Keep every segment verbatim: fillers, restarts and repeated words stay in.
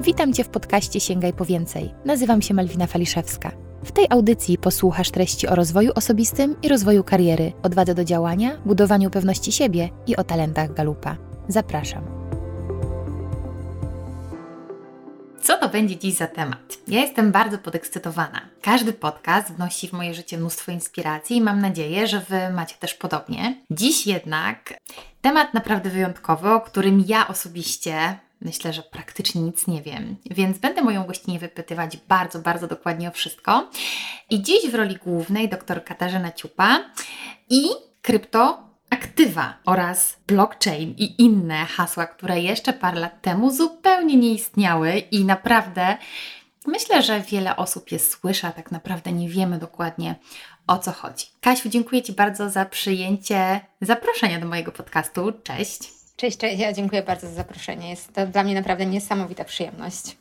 Witam Cię w podcaście Sięgaj po więcej. Nazywam się Malwina Faliszewska. W tej audycji posłuchasz treści o rozwoju osobistym i rozwoju kariery, odwadze do działania, budowaniu pewności siebie i o talentach Galupa. Zapraszam. Co to będzie dziś za temat? Ja jestem bardzo podekscytowana. Każdy podcast wnosi w moje życie mnóstwo inspiracji i mam nadzieję, że Wy macie też podobnie. Dziś jednak temat naprawdę wyjątkowy, o którym ja osobiście myślę, że praktycznie nic nie wiem, więc będę moją gościnię wypytywać bardzo, bardzo dokładnie o wszystko. I dziś w roli głównej dr Katarzyna Ciupa i kryptoaktywa oraz blockchain i inne hasła, które jeszcze parę lat temu zupełnie nie istniały i naprawdę myślę, że wiele osób je słyszy, a tak naprawdę nie wiemy dokładnie, o co chodzi. Kasiu, dziękuję Ci bardzo za przyjęcie zaproszenia do mojego podcastu. Cześć! Cześć, cześć, ja dziękuję bardzo za zaproszenie. Jest to dla mnie naprawdę niesamowita przyjemność.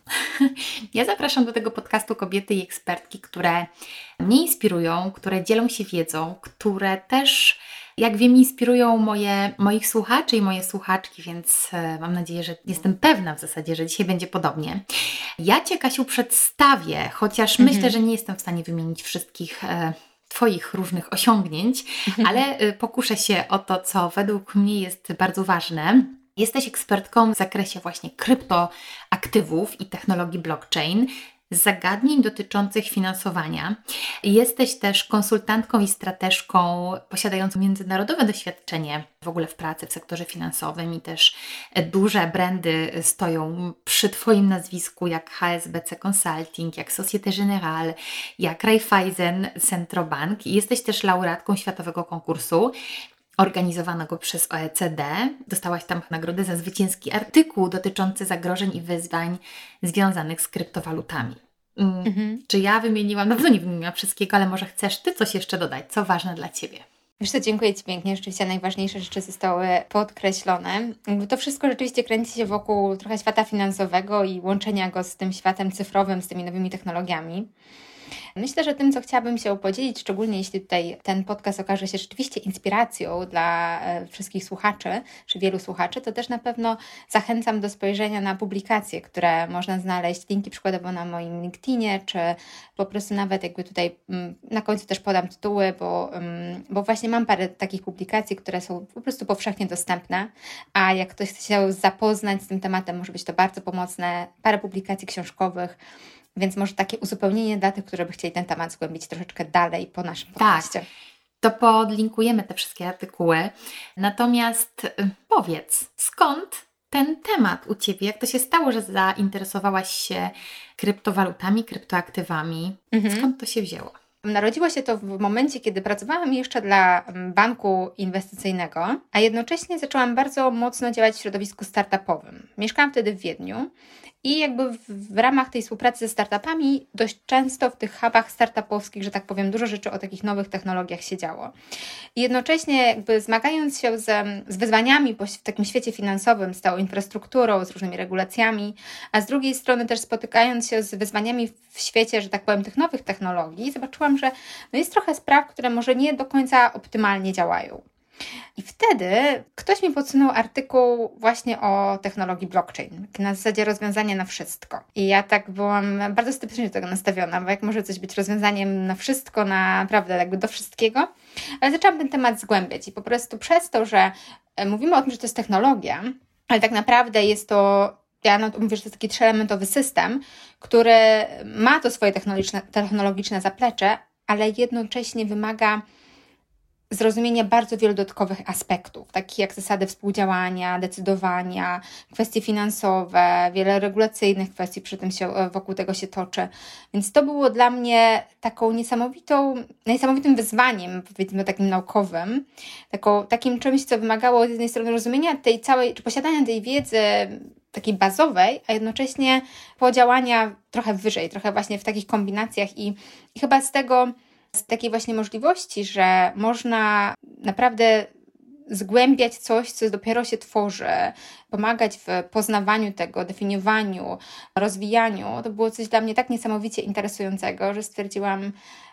Ja zapraszam do tego podcastu kobiety i ekspertki, które mnie inspirują, które dzielą się wiedzą, które też, jak wiem, inspirują moje, moich słuchaczy i moje słuchaczki, więc mam nadzieję, że jestem pewna w zasadzie, że dzisiaj będzie podobnie. Ja Cię, Kasiu, przedstawię, chociaż mhm. myślę, że nie jestem w stanie wymienić wszystkich e, Twoich różnych osiągnięć, ale pokuszę się o to, co według mnie jest bardzo ważne. Jesteś ekspertką w zakresie właśnie kryptoaktywów i technologii blockchain, zagadnień dotyczących finansowania. Jesteś też konsultantką i strateżką posiadającą międzynarodowe doświadczenie w ogóle w pracy w sektorze finansowym i też duże brandy stoją przy Twoim nazwisku, jak H S B C Consulting, jak Societe Generale, jak Raiffeisen Centrobank. Jesteś też laureatką światowego konkursu organizowanego przez O E C D. Dostałaś tam nagrodę za zwycięski artykuł dotyczący zagrożeń i wyzwań związanych z kryptowalutami. Mhm. Czy ja wymieniłam? Na pewno nie wymieniłam wszystkiego, ale może chcesz Ty coś jeszcze dodać, co ważne dla Ciebie? Wiesz co, dziękuję Ci pięknie. Rzeczywiście najważniejsze rzeczy zostały podkreślone. To wszystko rzeczywiście kręci się wokół trochę świata finansowego i łączenia go z tym światem cyfrowym, z tymi nowymi technologiami. Myślę, że tym, co chciałabym się podzielić, szczególnie jeśli tutaj ten podcast okaże się rzeczywiście inspiracją dla wszystkich słuchaczy, czy wielu słuchaczy, to też na pewno zachęcam do spojrzenia na publikacje, które można znaleźć, linki przykładowo na moim LinkedInie, czy po prostu nawet jakby tutaj na końcu też podam tytuły, bo, bo właśnie mam parę takich publikacji, które są po prostu powszechnie dostępne, a jak ktoś chce się zapoznać z tym tematem, może być to bardzo pomocne, parę publikacji książkowych, więc może takie uzupełnienie dla tych, którzy by chcieli ten temat zgłębić troszeczkę dalej po naszym podcaście. Tak, to podlinkujemy te wszystkie artykuły. Natomiast powiedz, skąd ten temat u Ciebie? Jak to się stało, że zainteresowałaś się kryptowalutami, kryptoaktywami? Mhm. Skąd to się wzięło? Narodziło się to w momencie, kiedy pracowałam jeszcze dla banku inwestycyjnego, a jednocześnie zaczęłam bardzo mocno działać w środowisku startupowym. Mieszkałam wtedy w Wiedniu i jakby w, w ramach tej współpracy ze startupami dość często w tych hubach startupowskich, że tak powiem, dużo rzeczy o takich nowych technologiach się działo. I jednocześnie jakby zmagając się z, z wyzwaniami w takim świecie finansowym, z tą infrastrukturą, z różnymi regulacjami, a z drugiej strony też spotykając się z wyzwaniami w świecie, że tak powiem, tych nowych technologii, zobaczyłam, że no jest trochę spraw, które może nie do końca optymalnie działają. I wtedy ktoś mi podsunął artykuł właśnie o technologii blockchain, na zasadzie rozwiązania na wszystko. I ja tak byłam bardzo sceptycznie do tego nastawiona, bo jak może coś być rozwiązaniem na wszystko, naprawdę jakby do wszystkiego, ale zaczęłam ten temat zgłębiać i po prostu przez to, że mówimy o tym, że to jest technologia, ale tak naprawdę jest to, ja no, mówię, że to jest taki trzyelementowy system, który ma to swoje technologiczne, technologiczne zaplecze, ale jednocześnie wymaga zrozumienia bardzo wielu dodatkowych aspektów, takich jak zasady współdziałania, decydowania, kwestie finansowe, wiele regulacyjnych kwestii przy tym się, wokół tego się toczy. Więc to było dla mnie taką niesamowitą, niesamowitym wyzwaniem, powiedzmy takim naukowym, taką, takim czymś, co wymagało z jednej strony rozumienia tej całej, czy posiadania tej wiedzy takiej bazowej, a jednocześnie podziałania trochę wyżej, trochę właśnie w takich kombinacjach i, i chyba z tego z takiej właśnie możliwości, że można naprawdę zgłębiać coś, co dopiero się tworzy, pomagać w poznawaniu tego, definiowaniu, rozwijaniu. To było coś dla mnie tak niesamowicie interesującego, że stwierdziłam,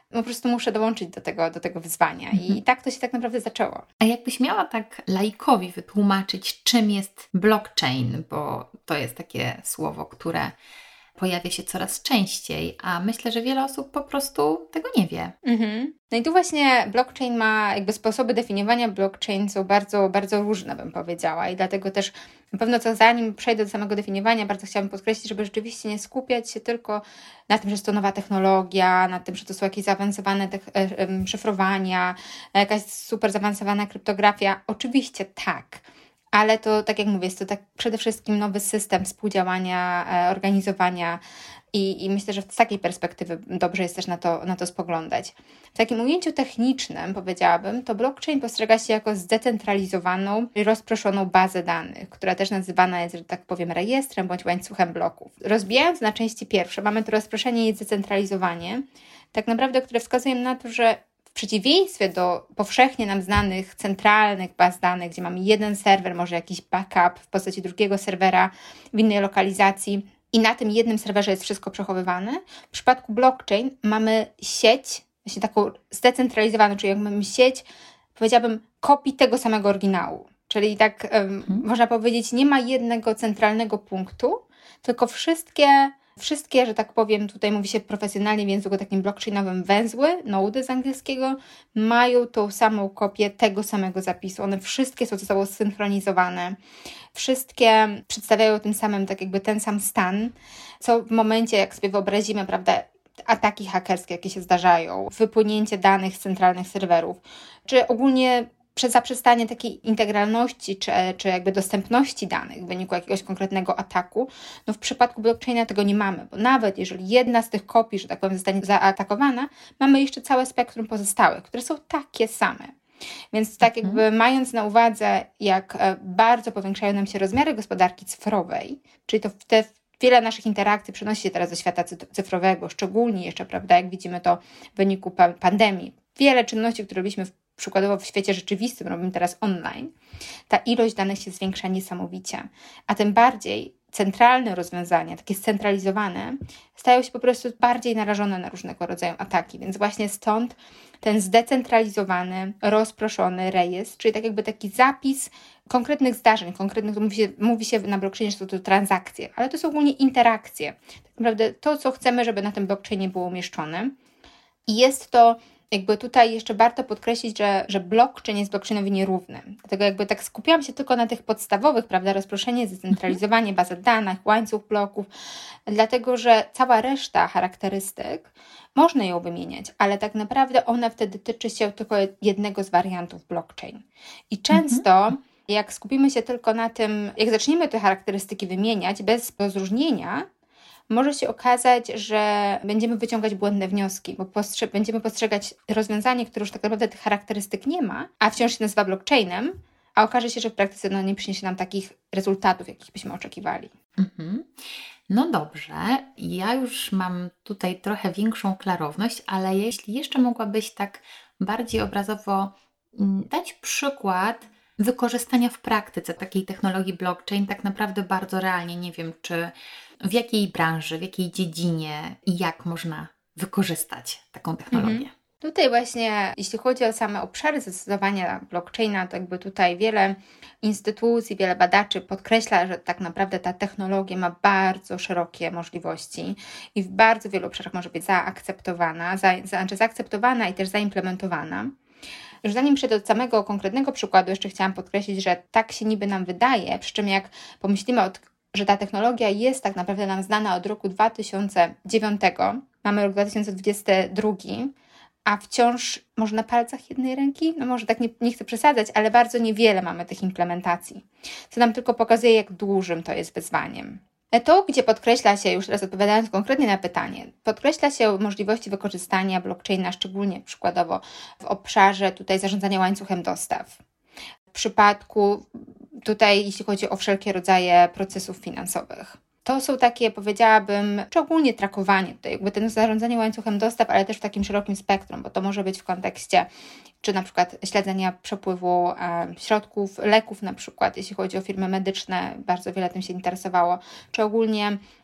po prostu muszę dołączyć do tego, do tego wyzwania. Mhm. I tak to się tak naprawdę zaczęło. A jakbyś miała tak laikowi wytłumaczyć, czym jest blockchain, bo to jest takie słowo, które pojawia się coraz częściej, a myślę, że wiele osób po prostu tego nie wie. Mhm. No i tu właśnie blockchain ma, jakby sposoby definiowania blockchain są bardzo, bardzo różne, bym powiedziała, i dlatego też na pewno co zanim przejdę do samego definiowania, bardzo chciałabym podkreślić, żeby rzeczywiście nie skupiać się tylko na tym, że jest to nowa technologia, na tym, że to są jakieś zaawansowane te- szyfrowania, jakaś super zaawansowana kryptografia. Oczywiście tak. Ale to, tak jak mówię, jest to tak przede wszystkim nowy system współdziałania, e, organizowania i, i myślę, że z takiej perspektywy dobrze jest też na to, na to spoglądać. W takim ujęciu technicznym, powiedziałabym, to blockchain postrzega się jako zdecentralizowaną i rozproszoną bazę danych, która też nazywana jest, że tak powiem, rejestrem bądź łańcuchem bloków. Rozbijając na części pierwsze, mamy to rozproszenie i zdecentralizowanie, tak naprawdę, które wskazują na to, że w przeciwieństwie do powszechnie nam znanych centralnych baz danych, gdzie mamy jeden serwer, może jakiś backup w postaci drugiego serwera w innej lokalizacji i na tym jednym serwerze jest wszystko przechowywane, w przypadku blockchain mamy sieć, właśnie taką zdecentralizowaną, czyli jak mamy sieć, powiedziałabym, kopii tego samego oryginału. Czyli tak um, hmm. można powiedzieć, nie ma jednego centralnego punktu, tylko wszystkie Wszystkie, że tak powiem, tutaj mówi się profesjonalnie w języku takim blockchainowym, węzły, nody z angielskiego, mają tą samą kopię tego samego zapisu. One wszystkie są ze sobą zsynchronizowane. Wszystkie przedstawiają tym samym, tak jakby ten sam stan, co w momencie, jak sobie wyobrazimy, prawda, ataki hakerskie, jakie się zdarzają, wypłynięcie danych z centralnych serwerów, czy ogólnie przez zaprzestanie takiej integralności czy, czy jakby dostępności danych w wyniku jakiegoś konkretnego ataku, no w przypadku blockchaina tego nie mamy, bo nawet jeżeli jedna z tych kopii, że tak powiem, zostanie zaatakowana, mamy jeszcze całe spektrum pozostałych, które są takie same. Więc tak jakby mhm. mając na uwadze, jak bardzo powiększają nam się rozmiary gospodarki cyfrowej, czyli to te wiele naszych interakcji przenosi się teraz do świata cyfrowego, szczególnie jeszcze, prawda, jak widzimy to w wyniku pandemii. Wiele czynności, które robiliśmy w przykładowo w świecie rzeczywistym, robimy teraz online, ta ilość danych się zwiększa niesamowicie, a tym bardziej centralne rozwiązania, takie scentralizowane, stają się po prostu bardziej narażone na różnego rodzaju ataki, więc właśnie stąd ten zdecentralizowany, rozproszony rejestr, czyli tak jakby taki zapis konkretnych zdarzeń, konkretnych, mówi się, mówi się na blockchainie, że to, to transakcje, ale to są ogólnie interakcje. Tak naprawdę to, co chcemy, żeby na tym blockchainie było umieszczone. I jest to jakby tutaj jeszcze warto podkreślić, że, że blockchain jest blockchainowi nierówny. Dlatego jakby tak skupiałam się tylko na tych podstawowych, prawda, rozproszenie, zdecentralizowanie, baza danych, łańcuch bloków, dlatego że cała reszta charakterystyk można ją wymieniać, ale tak naprawdę ona wtedy tyczy się tylko jednego z wariantów blockchain. I często mhm. jak skupimy się tylko na tym, jak zaczniemy te charakterystyki wymieniać bez rozróżnienia, może się okazać, że będziemy wyciągać błędne wnioski, bo postrze- będziemy postrzegać rozwiązanie, które już tak naprawdę tych charakterystyk nie ma, a wciąż się nazywa blockchainem, a okaże się, że w praktyce no, nie przyniesie nam takich rezultatów, jakich byśmy oczekiwali. Mhm. No dobrze, ja już mam tutaj trochę większą klarowność, ale jeśli jeszcze mogłabyś tak bardziej obrazowo dać przykład wykorzystania w praktyce takiej technologii blockchain, tak naprawdę bardzo realnie, nie wiem, czy w jakiej branży, w jakiej dziedzinie i jak można wykorzystać taką technologię. Mhm. Tutaj właśnie, jeśli chodzi o same obszary zastosowania blockchaina, to jakby tutaj wiele instytucji, wiele badaczy podkreśla, że tak naprawdę ta technologia ma bardzo szerokie możliwości i w bardzo wielu obszarach może być zaakceptowana, za, znaczy zaakceptowana i też zaimplementowana. Już zanim przejdę do samego konkretnego przykładu, jeszcze chciałam podkreślić, że tak się niby nam wydaje, przy czym jak pomyślimy, od, że ta technologia jest tak naprawdę nam znana od roku dwa tysiące dziewiątego, mamy rok dwa tysiące dwudziesty drugi, a wciąż może na palcach jednej ręki, no może tak nie, nie chcę przesadzać, ale bardzo niewiele mamy tych implementacji, co nam tylko pokazuje, jak dużym to jest wyzwaniem. To, gdzie podkreśla się, już teraz odpowiadając konkretnie na pytanie, podkreśla się możliwości wykorzystania blockchaina, szczególnie przykładowo w obszarze tutaj zarządzania łańcuchem dostaw. W przypadku tutaj, jeśli chodzi o wszelkie rodzaje procesów finansowych. To są takie, powiedziałabym, czy ogólnie trakowanie, tutaj jakby ten zarządzanie łańcuchem dostaw, ale też w takim szerokim spektrum, bo to może być w kontekście czy na przykład śledzenia przepływu e, środków, leków na przykład, jeśli chodzi o firmy medyczne, bardzo wiele tym się interesowało, czy ogólnie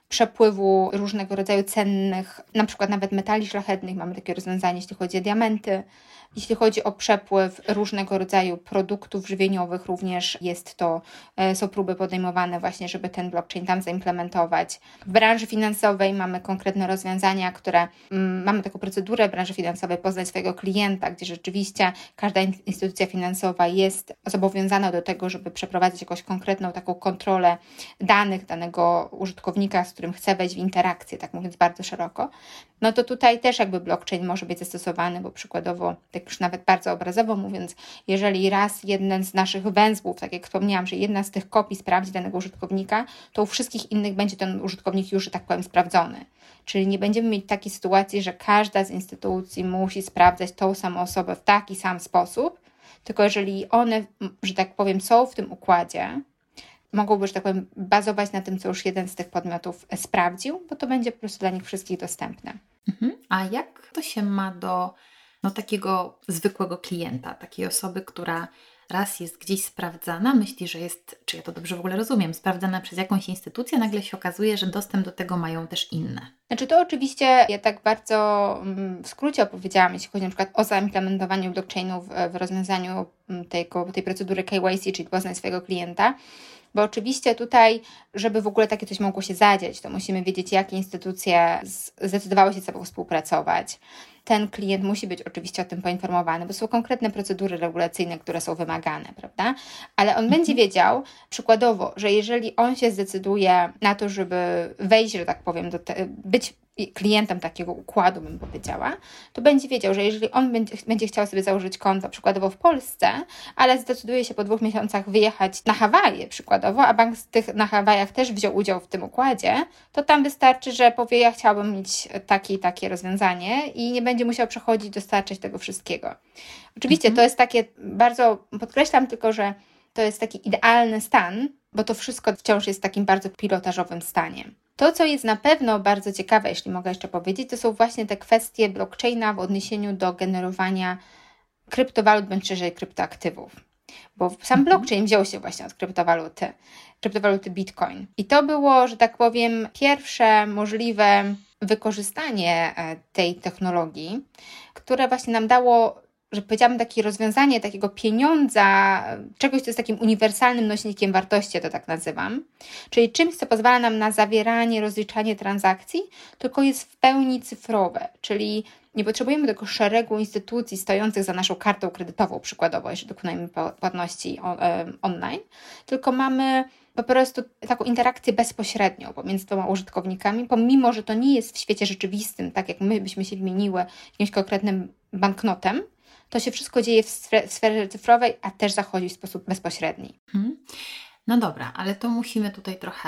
przepływu różnego rodzaju cennych, na przykład nawet metali szlachetnych, mamy takie rozwiązanie, jeśli chodzi o diamenty. Jeśli chodzi o przepływ różnego rodzaju produktów żywieniowych, również jest to, są próby podejmowane właśnie, żeby ten blockchain tam zaimplementować. W branży finansowej mamy konkretne rozwiązania, które, mm, mamy taką procedurę w branży finansowej poznać swojego klienta, gdzie rzeczywiście każda instytucja finansowa jest zobowiązana do tego, żeby przeprowadzić jakąś konkretną taką kontrolę danych danego użytkownika, z którym chce wejść w interakcję, tak mówiąc bardzo szeroko. No to tutaj też jakby blockchain może być zastosowany, bo przykładowo, tak już nawet bardzo obrazowo mówiąc, jeżeli raz jeden z naszych węzłów, tak jak wspomniałam, że jedna z tych kopii sprawdzi danego użytkownika, to u wszystkich innych będzie ten użytkownik już, że tak powiem, sprawdzony. Czyli nie będziemy mieć takiej sytuacji, że każda z instytucji musi sprawdzać tą samą osobę w taki sam sposób, tylko jeżeli one, że tak powiem, są w tym układzie, mogą, że tak powiem, bazować na tym, co już jeden z tych podmiotów sprawdził, bo to będzie po prostu dla nich wszystkich dostępne. Mhm. A jak to się ma do no, takiego zwykłego klienta, takiej osoby, która raz jest gdzieś sprawdzana, myśli, że jest, czy ja to dobrze w ogóle rozumiem, sprawdzana przez jakąś instytucję, nagle się okazuje, że dostęp do tego mają też inne. Znaczy to oczywiście, ja tak bardzo w skrócie opowiedziałam, jeśli chodzi na przykład o zaimplementowaniu blockchainu w, w rozwiązaniu tej, tej procedury K Y C, czyli poznać swojego klienta, bo oczywiście tutaj, żeby w ogóle takie coś mogło się zadzieć, to musimy wiedzieć, jakie instytucje zdecydowały się ze sobą współpracować. Ten klient musi być oczywiście o tym poinformowany, bo są konkretne procedury regulacyjne, które są wymagane, prawda? Ale on mhm. będzie wiedział przykładowo, że jeżeli on się zdecyduje na to, żeby wejść, że tak powiem, do te, być klientem takiego układu, bym powiedziała, to będzie wiedział, że jeżeli on będzie, będzie chciał sobie założyć konto przykładowo w Polsce, ale zdecyduje się po dwóch miesiącach wyjechać na Hawaje przykładowo, a bank z tych na Hawajach też wziął udział w tym układzie, to tam wystarczy, że powie, ja chciałbym mieć takie i takie rozwiązanie i nie będzie musiał przechodzić, dostarczać tego wszystkiego. Oczywiście mhm. to jest takie, bardzo podkreślam tylko, że to jest taki idealny stan, bo to wszystko wciąż jest w takim bardzo pilotażowym stanie. To, co jest na pewno bardzo ciekawe, jeśli mogę jeszcze powiedzieć, to są właśnie te kwestie blockchaina w odniesieniu do generowania kryptowalut, bądź szerzej kryptoaktywów. Bo sam blockchain wziął się właśnie od kryptowaluty, kryptowaluty Bitcoin. I to było, że tak powiem, pierwsze możliwe wykorzystanie tej technologii, które właśnie nam dało, że powiedziałabym, takie rozwiązanie takiego pieniądza, czegoś, co jest takim uniwersalnym nośnikiem wartości, ja to tak nazywam, czyli czymś, co pozwala nam na zawieranie, rozliczanie transakcji, tylko jest w pełni cyfrowe, czyli nie potrzebujemy tylko szeregu instytucji stojących za naszą kartą kredytową, przykładowo, jeżeli dokonujemy płatności online, tylko mamy po prostu taką interakcję bezpośrednią pomiędzy dwoma użytkownikami, pomimo że to nie jest w świecie rzeczywistym, tak jak my byśmy się wymieniły jakimś konkretnym banknotem, to się wszystko dzieje w sferze, w sferze cyfrowej, a też zachodzi w sposób bezpośredni. Hmm. No dobra, ale to musimy tutaj trochę,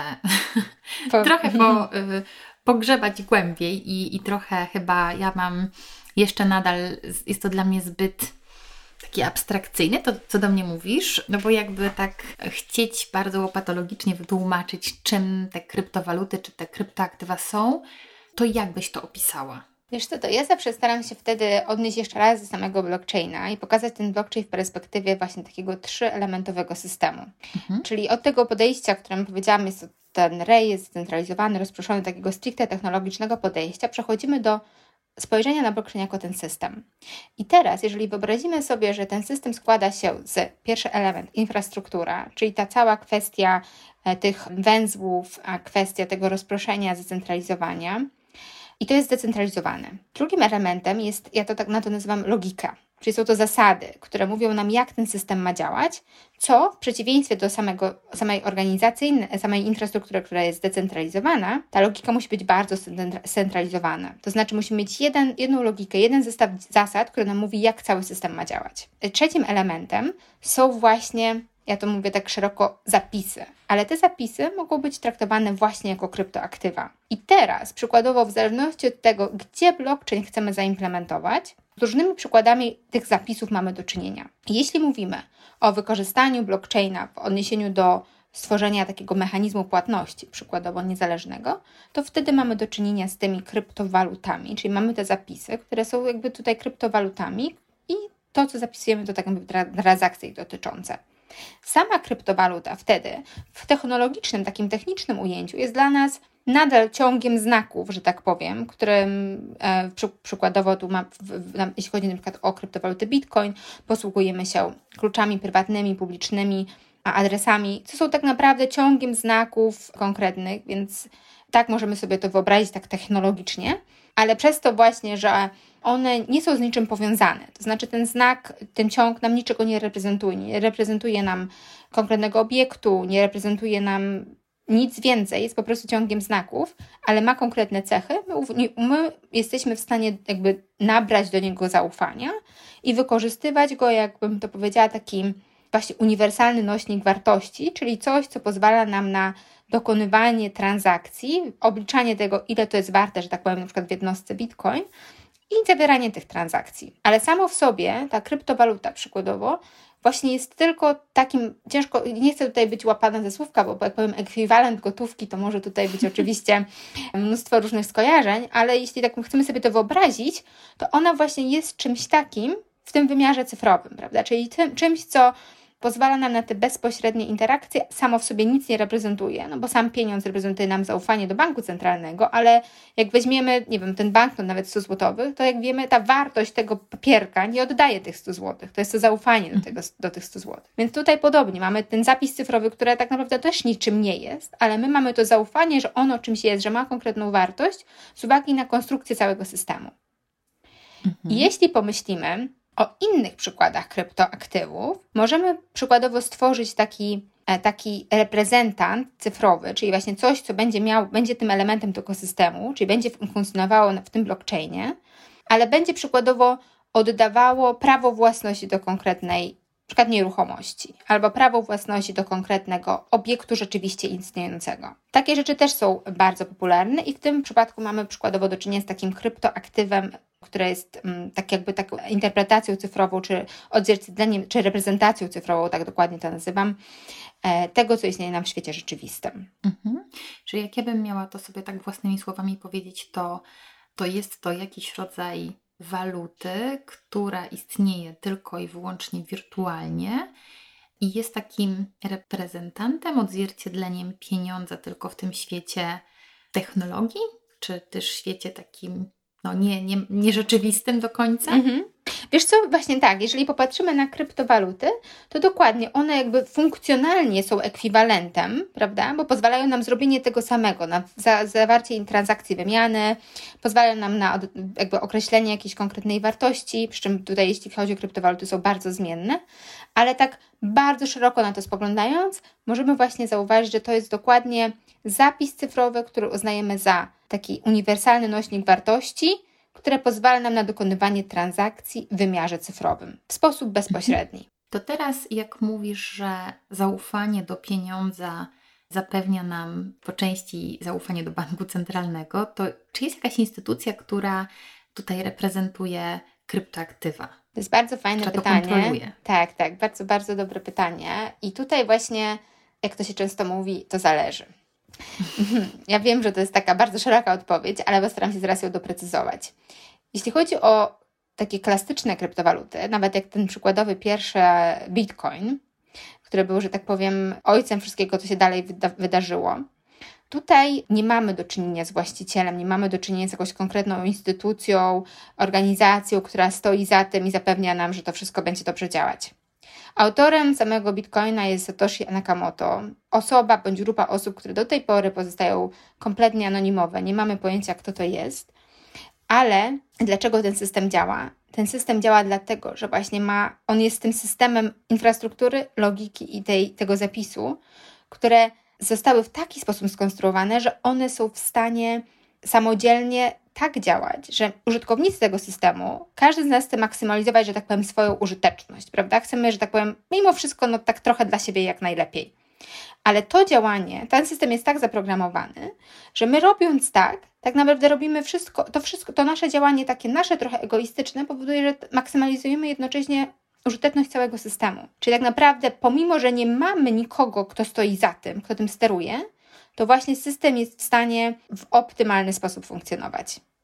po... trochę po, y, pogrzebać głębiej i, i trochę chyba ja mam jeszcze nadal, jest to dla mnie zbyt takie abstrakcyjne, to co do mnie mówisz, no bo jakby tak chcieć bardzo patologicznie wytłumaczyć, czym te kryptowaluty, czy te kryptoaktywa są, to jak byś to opisała? Wiesz co, to ja zawsze staram się wtedy odnieść jeszcze raz do samego blockchaina i pokazać ten blockchain w perspektywie właśnie takiego trzyelementowego systemu. Mhm. Czyli od tego podejścia, o którym powiedziałam, jest to ten rejestr zcentralizowany, rozproszony, takiego stricte technologicznego podejścia, przechodzimy do spojrzenia na blockchain jako ten system. I teraz, jeżeli wyobrazimy sobie, że ten system składa się z pierwszy element, infrastruktura, czyli ta cała kwestia tych węzłów, a kwestia tego rozproszenia, zdecentralizowania, i to jest zdecentralizowane. Drugim elementem jest, ja to tak na to nazywam logika, czyli są to zasady, które mówią nam, jak ten system ma działać, co w przeciwieństwie do samego, samej organizacji, samej infrastruktury, która jest zdecentralizowana, ta logika musi być bardzo scentralizowana. To znaczy musimy mieć jeden, jedną logikę, jeden zestaw zasad, który nam mówi, jak cały system ma działać. Trzecim elementem są właśnie, ja to mówię tak szeroko, zapisy. Ale te zapisy mogą być traktowane właśnie jako kryptoaktywa. I teraz, przykładowo, w zależności od tego, gdzie blockchain chcemy zaimplementować, z różnymi przykładami tych zapisów mamy do czynienia. Jeśli mówimy o wykorzystaniu blockchaina w odniesieniu do stworzenia takiego mechanizmu płatności, przykładowo niezależnego, to wtedy mamy do czynienia z tymi kryptowalutami, czyli mamy te zapisy, które są jakby tutaj kryptowalutami i to, co zapisujemy, to tak jakby transakcje dotyczące. Sama kryptowaluta wtedy w technologicznym, takim technicznym ujęciu jest dla nas nadal ciągiem znaków, że tak powiem, którym e, przy, przykładowo tu ma, w, w, jeśli chodzi na przykład o kryptowalutę Bitcoin, posługujemy się kluczami prywatnymi, publicznymi, a adresami, co są tak naprawdę ciągiem znaków konkretnych, więc tak możemy sobie to wyobrazić tak technologicznie, ale przez to właśnie, że one nie są z niczym powiązane. To znaczy ten znak, ten ciąg nam niczego nie reprezentuje. Nie reprezentuje nam konkretnego obiektu, nie reprezentuje nam nic więcej, jest po prostu ciągiem znaków, ale ma konkretne cechy. My, my jesteśmy w stanie jakby nabrać do niego zaufania i wykorzystywać go, jakbym to powiedziała, taki właśnie uniwersalny nośnik wartości, czyli coś, co pozwala nam na dokonywanie transakcji, obliczanie tego, ile to jest warte, że tak powiem, na przykład w jednostce Bitcoin i zawieranie tych transakcji. Ale samo w sobie ta kryptowaluta przykładowo właśnie jest tylko takim, ciężko, nie chcę tutaj być łapana ze słówka, bo jak powiem ekwiwalent gotówki, to może tutaj być oczywiście mnóstwo różnych skojarzeń, ale jeśli tak chcemy sobie to wyobrazić, to ona właśnie jest czymś takim w tym wymiarze cyfrowym, prawda? Czyli tym, czymś, co pozwala nam na te bezpośrednie interakcje, samo w sobie nic nie reprezentuje, no bo sam pieniądz reprezentuje nam zaufanie do banku centralnego, ale jak weźmiemy, nie wiem, ten banknot nawet sto złotowych, to jak wiemy, ta wartość tego papierka nie oddaje tych stu złotych, to jest to zaufanie do, tego, do tych stu złotych. Więc tutaj podobnie, mamy ten zapis cyfrowy, który tak naprawdę też niczym nie jest, ale my mamy to zaufanie, że ono czymś jest, że ma konkretną wartość z uwagi na konstrukcję całego systemu. Mhm. I jeśli pomyślimy o innych przykładach kryptoaktywów, możemy przykładowo stworzyć taki, taki reprezentant cyfrowy, czyli właśnie coś, co będzie miał, będzie tym elementem tego systemu, czyli będzie funkcjonowało w tym blockchainie, ale będzie przykładowo oddawało prawo własności do konkretnej, na przykład nieruchomości, albo prawo własności do konkretnego obiektu rzeczywiście istniejącego. Takie rzeczy też są bardzo popularne i w tym przypadku mamy przykładowo do czynienia z takim kryptoaktywem, które jest um, tak jakby taką interpretacją cyfrową, czy odzwierciedleniem, czy reprezentacją cyfrową, tak dokładnie to nazywam, e, tego, co istnieje nam w świecie rzeczywistym. Mhm. Czyli jak ja bym miała to sobie tak własnymi słowami powiedzieć, to, to jest to jakiś rodzaj waluty, która istnieje tylko i wyłącznie wirtualnie i jest takim reprezentantem, odzwierciedleniem pieniądza tylko w tym świecie technologii, czy też świecie takim no nie, nie, nierzeczywistym do końca? Mhm. Wiesz co, właśnie tak, jeżeli popatrzymy na kryptowaluty, to dokładnie one jakby funkcjonalnie są ekwiwalentem, prawda, bo pozwalają nam zrobienie tego samego, na za, zawarcie transakcji wymiany, pozwalają nam na od, jakby określenie jakiejś konkretnej wartości, przy czym tutaj jeśli chodzi o kryptowaluty są bardzo zmienne, ale tak bardzo szeroko na to spoglądając, możemy właśnie zauważyć, że to jest dokładnie zapis cyfrowy, który uznajemy za taki uniwersalny nośnik wartości, które pozwala nam na dokonywanie transakcji w wymiarze cyfrowym w sposób bezpośredni. To teraz jak mówisz, że zaufanie do pieniądza zapewnia nam po części zaufanie do banku centralnego, to czy jest jakaś instytucja, która tutaj reprezentuje kryptoaktywa? To jest bardzo fajne która pytanie. To kontroluje? Tak, tak, bardzo, bardzo dobre pytanie. I tutaj właśnie, jak to się często mówi, to zależy. Ja wiem, że to jest taka bardzo szeroka odpowiedź, ale postaram się zaraz ją doprecyzować. Jeśli chodzi o takie klasyczne kryptowaluty, nawet jak ten przykładowy pierwszy Bitcoin, który był, że tak powiem, ojcem wszystkiego, co się dalej wyda- wydarzyło, tutaj nie mamy do czynienia z właścicielem, nie mamy do czynienia z jakąś konkretną instytucją, organizacją, która stoi za tym i zapewnia nam, że to wszystko będzie dobrze działać. Autorem samego Bitcoina jest Satoshi Nakamoto, osoba bądź grupa osób, które do tej pory pozostają kompletnie anonimowe, nie mamy pojęcia, kto to jest, ale dlaczego ten system działa? Ten system działa dlatego, że właśnie ma, on jest tym systemem infrastruktury, logiki i tej, tego zapisu, które zostały w taki sposób skonstruowane, że one są w stanie samodzielnie tak działać, że użytkownicy tego systemu, każdy z nas chce maksymalizować, że tak powiem, swoją użyteczność, prawda? Chcemy, że tak powiem, mimo wszystko, no tak trochę dla siebie jak najlepiej. Ale to działanie, ten system jest tak zaprogramowany, że my robiąc tak, tak naprawdę robimy wszystko, to wszystko, to nasze działanie takie nasze trochę egoistyczne powoduje, że maksymalizujemy jednocześnie użyteczność całego systemu. Czyli tak naprawdę, pomimo że nie mamy nikogo, kto stoi za tym, kto tym steruje, to właśnie system jest w stanie w optymalny sposób funkcjonować.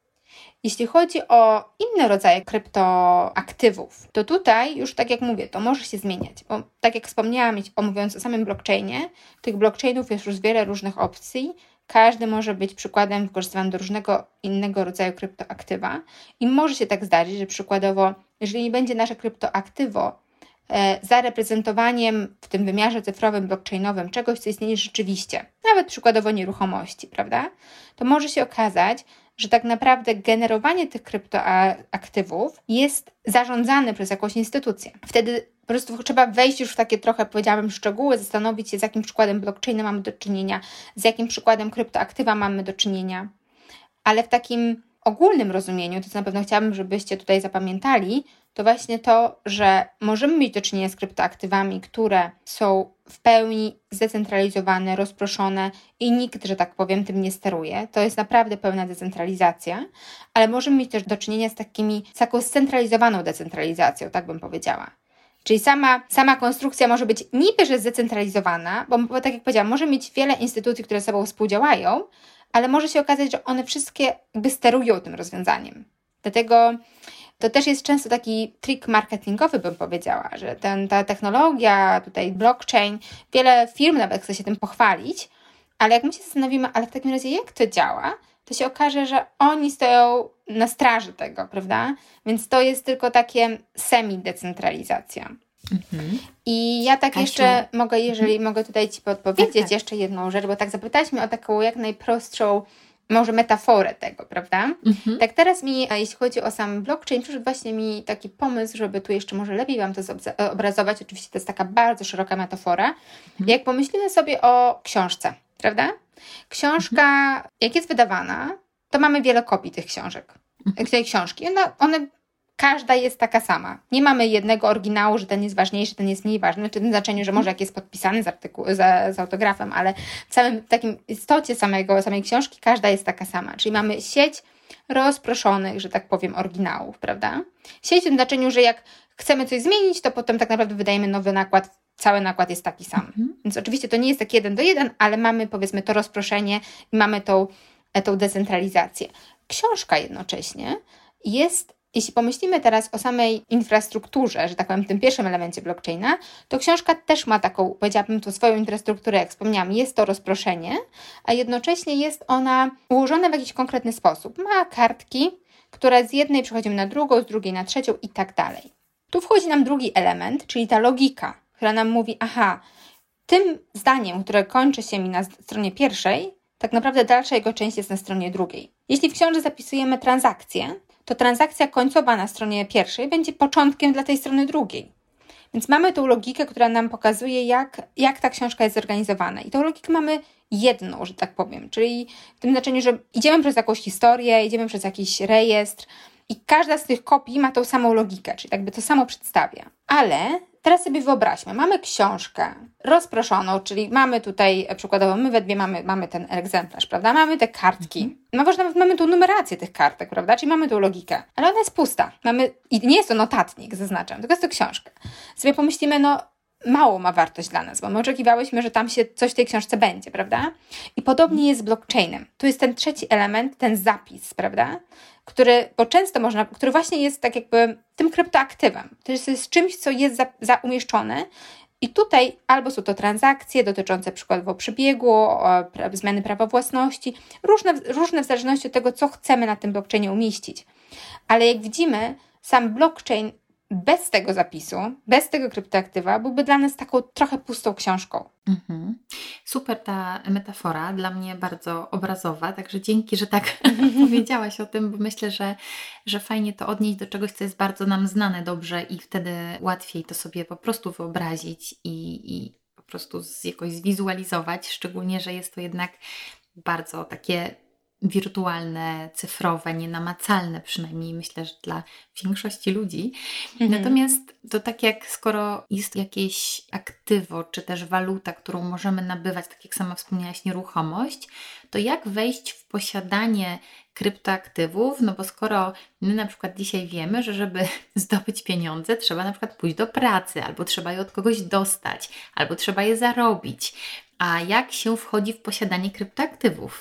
Jeśli chodzi o inne rodzaje kryptoaktywów, to tutaj już tak jak mówię, to może się zmieniać, bo tak jak wspomniałam, mówiąc o samym blockchainie, tych blockchainów jest już wiele różnych opcji, każdy może być przykładem wykorzystywany do różnego innego rodzaju kryptoaktywa i może się tak zdarzyć, że przykładowo, jeżeli będzie nasze kryptoaktywo e, za reprezentowaniem w tym wymiarze cyfrowym, blockchainowym czegoś, co istnieje rzeczywiście, nawet przykładowo nieruchomości, prawda, to może się okazać, że tak naprawdę generowanie tych kryptoaktywów jest zarządzane przez jakąś instytucję. Wtedy po prostu trzeba wejść już w takie trochę, powiedziałabym, szczegóły, zastanowić się, z jakim przykładem blockchaina mamy do czynienia, z jakim przykładem kryptoaktywa mamy do czynienia. Ale w takim ogólnym rozumieniu, to co na pewno chciałabym, żebyście tutaj zapamiętali, to właśnie to, że możemy mieć do czynienia z kryptoaktywami, które są w pełni zdecentralizowane, rozproszone i nikt, że tak powiem, tym nie steruje. To jest naprawdę pełna decentralizacja, ale możemy mieć też do czynienia z takimi, z taką scentralizowaną decentralizacją, tak bym powiedziała. Czyli sama, sama konstrukcja może być niby, że zdecentralizowana, bo, bo tak jak powiedziałam, może mieć wiele instytucji, które ze sobą współdziałają, ale może się okazać, że one wszystkie jakby sterują tym rozwiązaniem. Dlatego to też jest często taki trik marketingowy, bym powiedziała, że ten, ta technologia, tutaj blockchain, wiele firm nawet chce się tym pochwalić, ale jak my się zastanowimy, ale w takim razie jak to działa, to się okaże, że oni stoją na straży tego, prawda? Więc to jest tylko takie semi-decentralizacja. Mhm. I ja tak Kasiu. jeszcze mogę, jeżeli mhm. mogę tutaj Ci podpowiedzieć tak, tak. jeszcze jedną rzecz, bo tak zapytałaś mnie o taką jak najprostszą może metaforę tego, prawda? Mhm. Tak teraz mi, jeśli chodzi o sam blockchain, przyszedł właśnie mi taki pomysł, żeby tu jeszcze może lepiej Wam to obrazować. Oczywiście to jest taka bardzo szeroka metafora. Mhm. Jak pomyślimy sobie o książce, prawda? Książka, mhm. jak jest wydawana, to mamy wiele kopii tych książek, mhm. tej książki. One, one każda jest taka sama. Nie mamy jednego oryginału, że ten jest ważniejszy, ten jest mniej ważny, czy w tym znaczeniu, że może jak jest podpisany z, artykuł, z, z autografem, ale w samym takim istocie samego, samej książki każda jest taka sama. Czyli mamy sieć rozproszonych, że tak powiem, oryginałów, prawda? Sieć w tym znaczeniu, że jak chcemy coś zmienić, to potem tak naprawdę wydajemy nowy nakład, cały nakład jest taki sam. Mhm. Więc oczywiście to nie jest tak jeden do jeden, ale mamy powiedzmy to rozproszenie i mamy tą, tą decentralizację. Książka jednocześnie jest, jeśli pomyślimy teraz o samej infrastrukturze, że tak powiem, tym pierwszym elemencie blockchaina, to książka też ma taką, powiedziałabym, tu swoją infrastrukturę, jak wspomniałam, jest to rozproszenie, a jednocześnie jest ona ułożona w jakiś konkretny sposób. Ma kartki, które z jednej przechodzimy na drugą, z drugiej na trzecią i tak dalej. Tu wchodzi nam drugi element, czyli ta logika, która nam mówi, aha, tym zdaniem, które kończy się mi na stronie pierwszej, tak naprawdę dalsza jego część jest na stronie drugiej. Jeśli w książce zapisujemy transakcję, to transakcja końcowa na stronie pierwszej będzie początkiem dla tej strony drugiej. Więc mamy tą logikę, która nam pokazuje, jak, jak ta książka jest zorganizowana. I tą logikę mamy jedną, że tak powiem, czyli w tym znaczeniu, że idziemy przez jakąś historię, idziemy przez jakiś rejestr i każda z tych kopii ma tą samą logikę, czyli jakby to samo przedstawia. Ale teraz sobie wyobraźmy, mamy książkę rozproszoną, czyli mamy tutaj przykładowo, my we dwie mamy, mamy ten egzemplarz, prawda? Mamy te kartki. Mhm. No może nawet mamy tą numerację tych kartek, prawda? Czyli mamy tą logikę, ale ona jest pusta. Mamy, i nie jest to notatnik, zaznaczam, tylko jest to książka. Sobie pomyślimy, no mało ma wartość dla nas, bo my oczekiwałyśmy, że tam się coś w tej książce będzie, prawda? I podobnie jest z blockchainem. Tu jest ten trzeci element, ten zapis, prawda? Który, bo często można, który właśnie jest tak jakby tym kryptoaktywem. To jest, jest czymś, co jest za, za umieszczone i tutaj albo są to transakcje dotyczące przykładowo przebiegu, o, pra, zmiany prawa własności, różne, różne w zależności od tego, co chcemy na tym blockchainie umieścić. Ale jak widzimy, sam blockchain bez tego zapisu, bez tego kryptoaktywa byłby dla nas taką trochę pustą książką. Mhm. Super ta metafora, dla mnie bardzo obrazowa, także dzięki, że tak powiedziałaś o tym, bo myślę, że, że fajnie to odnieść do czegoś, co jest bardzo nam znane dobrze i wtedy łatwiej to sobie po prostu wyobrazić i, i po prostu z, jakoś zwizualizować, szczególnie, że jest to jednak bardzo takie wirtualne, cyfrowe, nienamacalne, przynajmniej myślę, że dla większości ludzi. Mhm. Natomiast to tak jak skoro jest jakieś aktywo, czy też waluta, którą możemy nabywać, tak jak sama wspomniałaś, nieruchomość, to jak wejść w posiadanie kryptoaktywów? No bo skoro my na przykład dzisiaj wiemy, że żeby zdobyć pieniądze, trzeba na przykład pójść do pracy, albo trzeba je od kogoś dostać, albo trzeba je zarobić. A jak się wchodzi w posiadanie kryptoaktywów?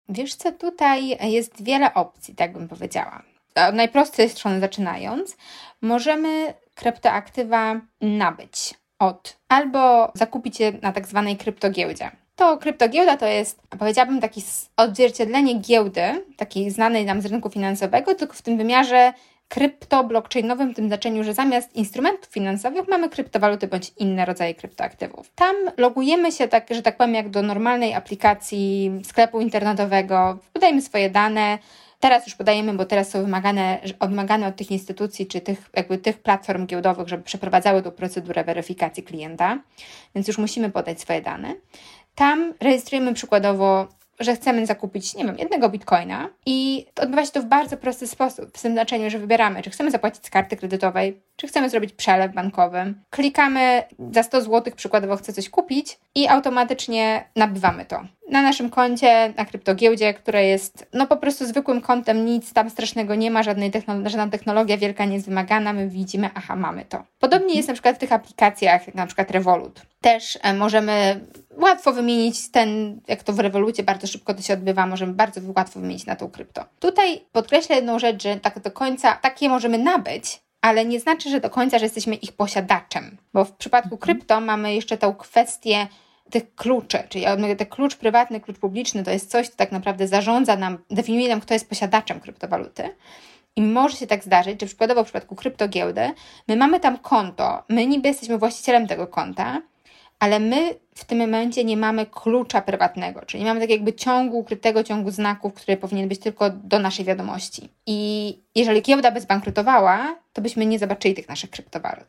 Wiesz co, tutaj jest wiele opcji, tak bym powiedziała. Od najprostszej strony zaczynając, możemy kryptoaktywa nabyć od albo zakupić je na tak zwanej kryptogiełdzie. To kryptogiełda to jest, powiedziałabym, takie odzwierciedlenie giełdy, takiej znanej nam z rynku finansowego, tylko w tym wymiarze krypto-blockchainowym, w tym znaczeniu, że zamiast instrumentów finansowych mamy kryptowaluty bądź inne rodzaje kryptoaktywów. Tam logujemy się, tak, że tak powiem, jak do normalnej aplikacji sklepu internetowego, podajemy swoje dane. Teraz już podajemy, bo teraz są wymagane, wymagane od tych instytucji czy tych, jakby tych platform giełdowych, żeby przeprowadzały tą procedurę weryfikacji klienta, więc już musimy podać swoje dane. Tam rejestrujemy przykładowo, że chcemy zakupić, nie wiem, jednego bitcoina i odbywa się to w bardzo prosty sposób, w tym znaczeniu, że wybieramy, czy chcemy zapłacić z karty kredytowej, czy chcemy zrobić przelew bankowy. Klikamy za sto złotych, przykładowo chcę coś kupić i automatycznie nabywamy to. Na naszym koncie, na kryptogiełdzie, które jest no po prostu zwykłym kontem, nic tam strasznego nie ma, żadnej technolo- żadna technologia wielka nie jest wymagana, my widzimy, aha, mamy to. Podobnie jest na przykład w tych aplikacjach, jak na przykład Revolut. Też e, możemy łatwo wymienić ten, jak to w Revolucie bardzo szybko to się odbywa, możemy bardzo łatwo wymienić na tą krypto. Tutaj podkreślę jedną rzecz, że tak do końca takie możemy nabyć, ale nie znaczy, że do końca, że jesteśmy ich posiadaczem, bo w przypadku krypto mamy jeszcze tą kwestię tych kluczy, czyli ja mówię, ten klucz prywatny, klucz publiczny to jest coś, co tak naprawdę zarządza nam, definiuje nam, kto jest posiadaczem kryptowaluty. I może się tak zdarzyć, że przykładowo w przypadku kryptogiełdy my mamy tam konto, my niby jesteśmy właścicielem tego konta, ale my w tym momencie nie mamy klucza prywatnego, czyli nie mamy tak jakby ciągu, ukrytego ciągu znaków, który powinien być tylko do naszej wiadomości. I jeżeli giełda by zbankrutowała, to byśmy nie zobaczyli tych naszych kryptowalut.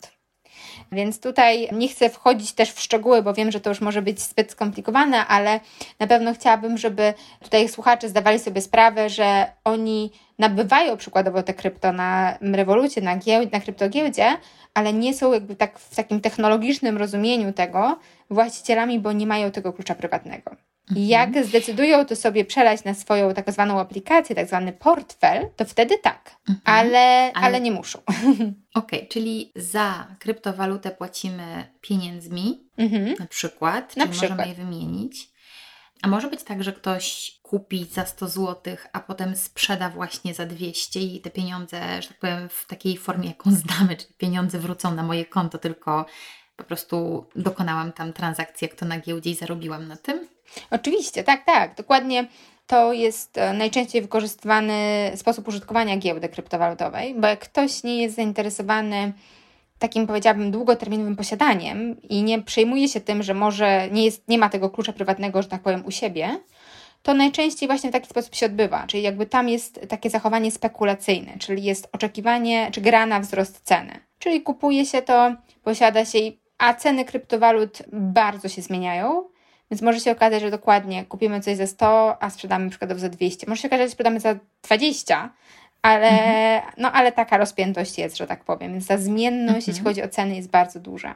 Więc tutaj nie chcę wchodzić też w szczegóły, bo wiem, że to już może być zbyt skomplikowane, ale na pewno chciałabym, żeby tutaj słuchacze zdawali sobie sprawę, że oni nabywają przykładowo te krypto na Revolucie, na, gieł- na kryptogiełdzie, ale nie są jakby tak w takim technologicznym rozumieniu tego właścicielami, bo nie mają tego klucza prywatnego. I jak zdecydują to sobie przelać na swoją tak zwaną aplikację, tak zwany portfel, to wtedy tak, Mhm. ale, ale... Ale- nie muszą. Okej, czyli za kryptowalutę płacimy pieniędzmi, Mhm. na przykład, Na czyli możemy przykład. je wymienić. A może być tak, że ktoś kupi za sto złotych, a potem sprzeda właśnie za dwieście i te pieniądze, że tak powiem, w takiej formie, jaką znamy, czyli pieniądze wrócą na moje konto, tylko po prostu dokonałam tam transakcji, jak to na giełdzie i zarobiłam na tym? Oczywiście, tak, tak, dokładnie. To jest e, najczęściej wykorzystywany sposób użytkowania giełdy kryptowalutowej, bo jak ktoś nie jest zainteresowany takim, powiedziałabym, długoterminowym posiadaniem i nie przejmuje się tym, że może nie, jest, nie ma tego klucza prywatnego, że tak powiem, u siebie, to najczęściej właśnie w taki sposób się odbywa, czyli jakby tam jest takie zachowanie spekulacyjne, czyli jest oczekiwanie, czy gra na wzrost ceny. Czyli kupuje się to, posiada się, a ceny kryptowalut bardzo się zmieniają, więc może się okazać, że dokładnie kupimy coś za sto, a sprzedamy przykładowo za dwieście. Może się okazać, że sprzedamy za dwadzieścia, ale, mhm. no, ale taka rozpiętość jest, że tak powiem, więc ta zmienność, mhm. jeśli chodzi o ceny, jest bardzo duża.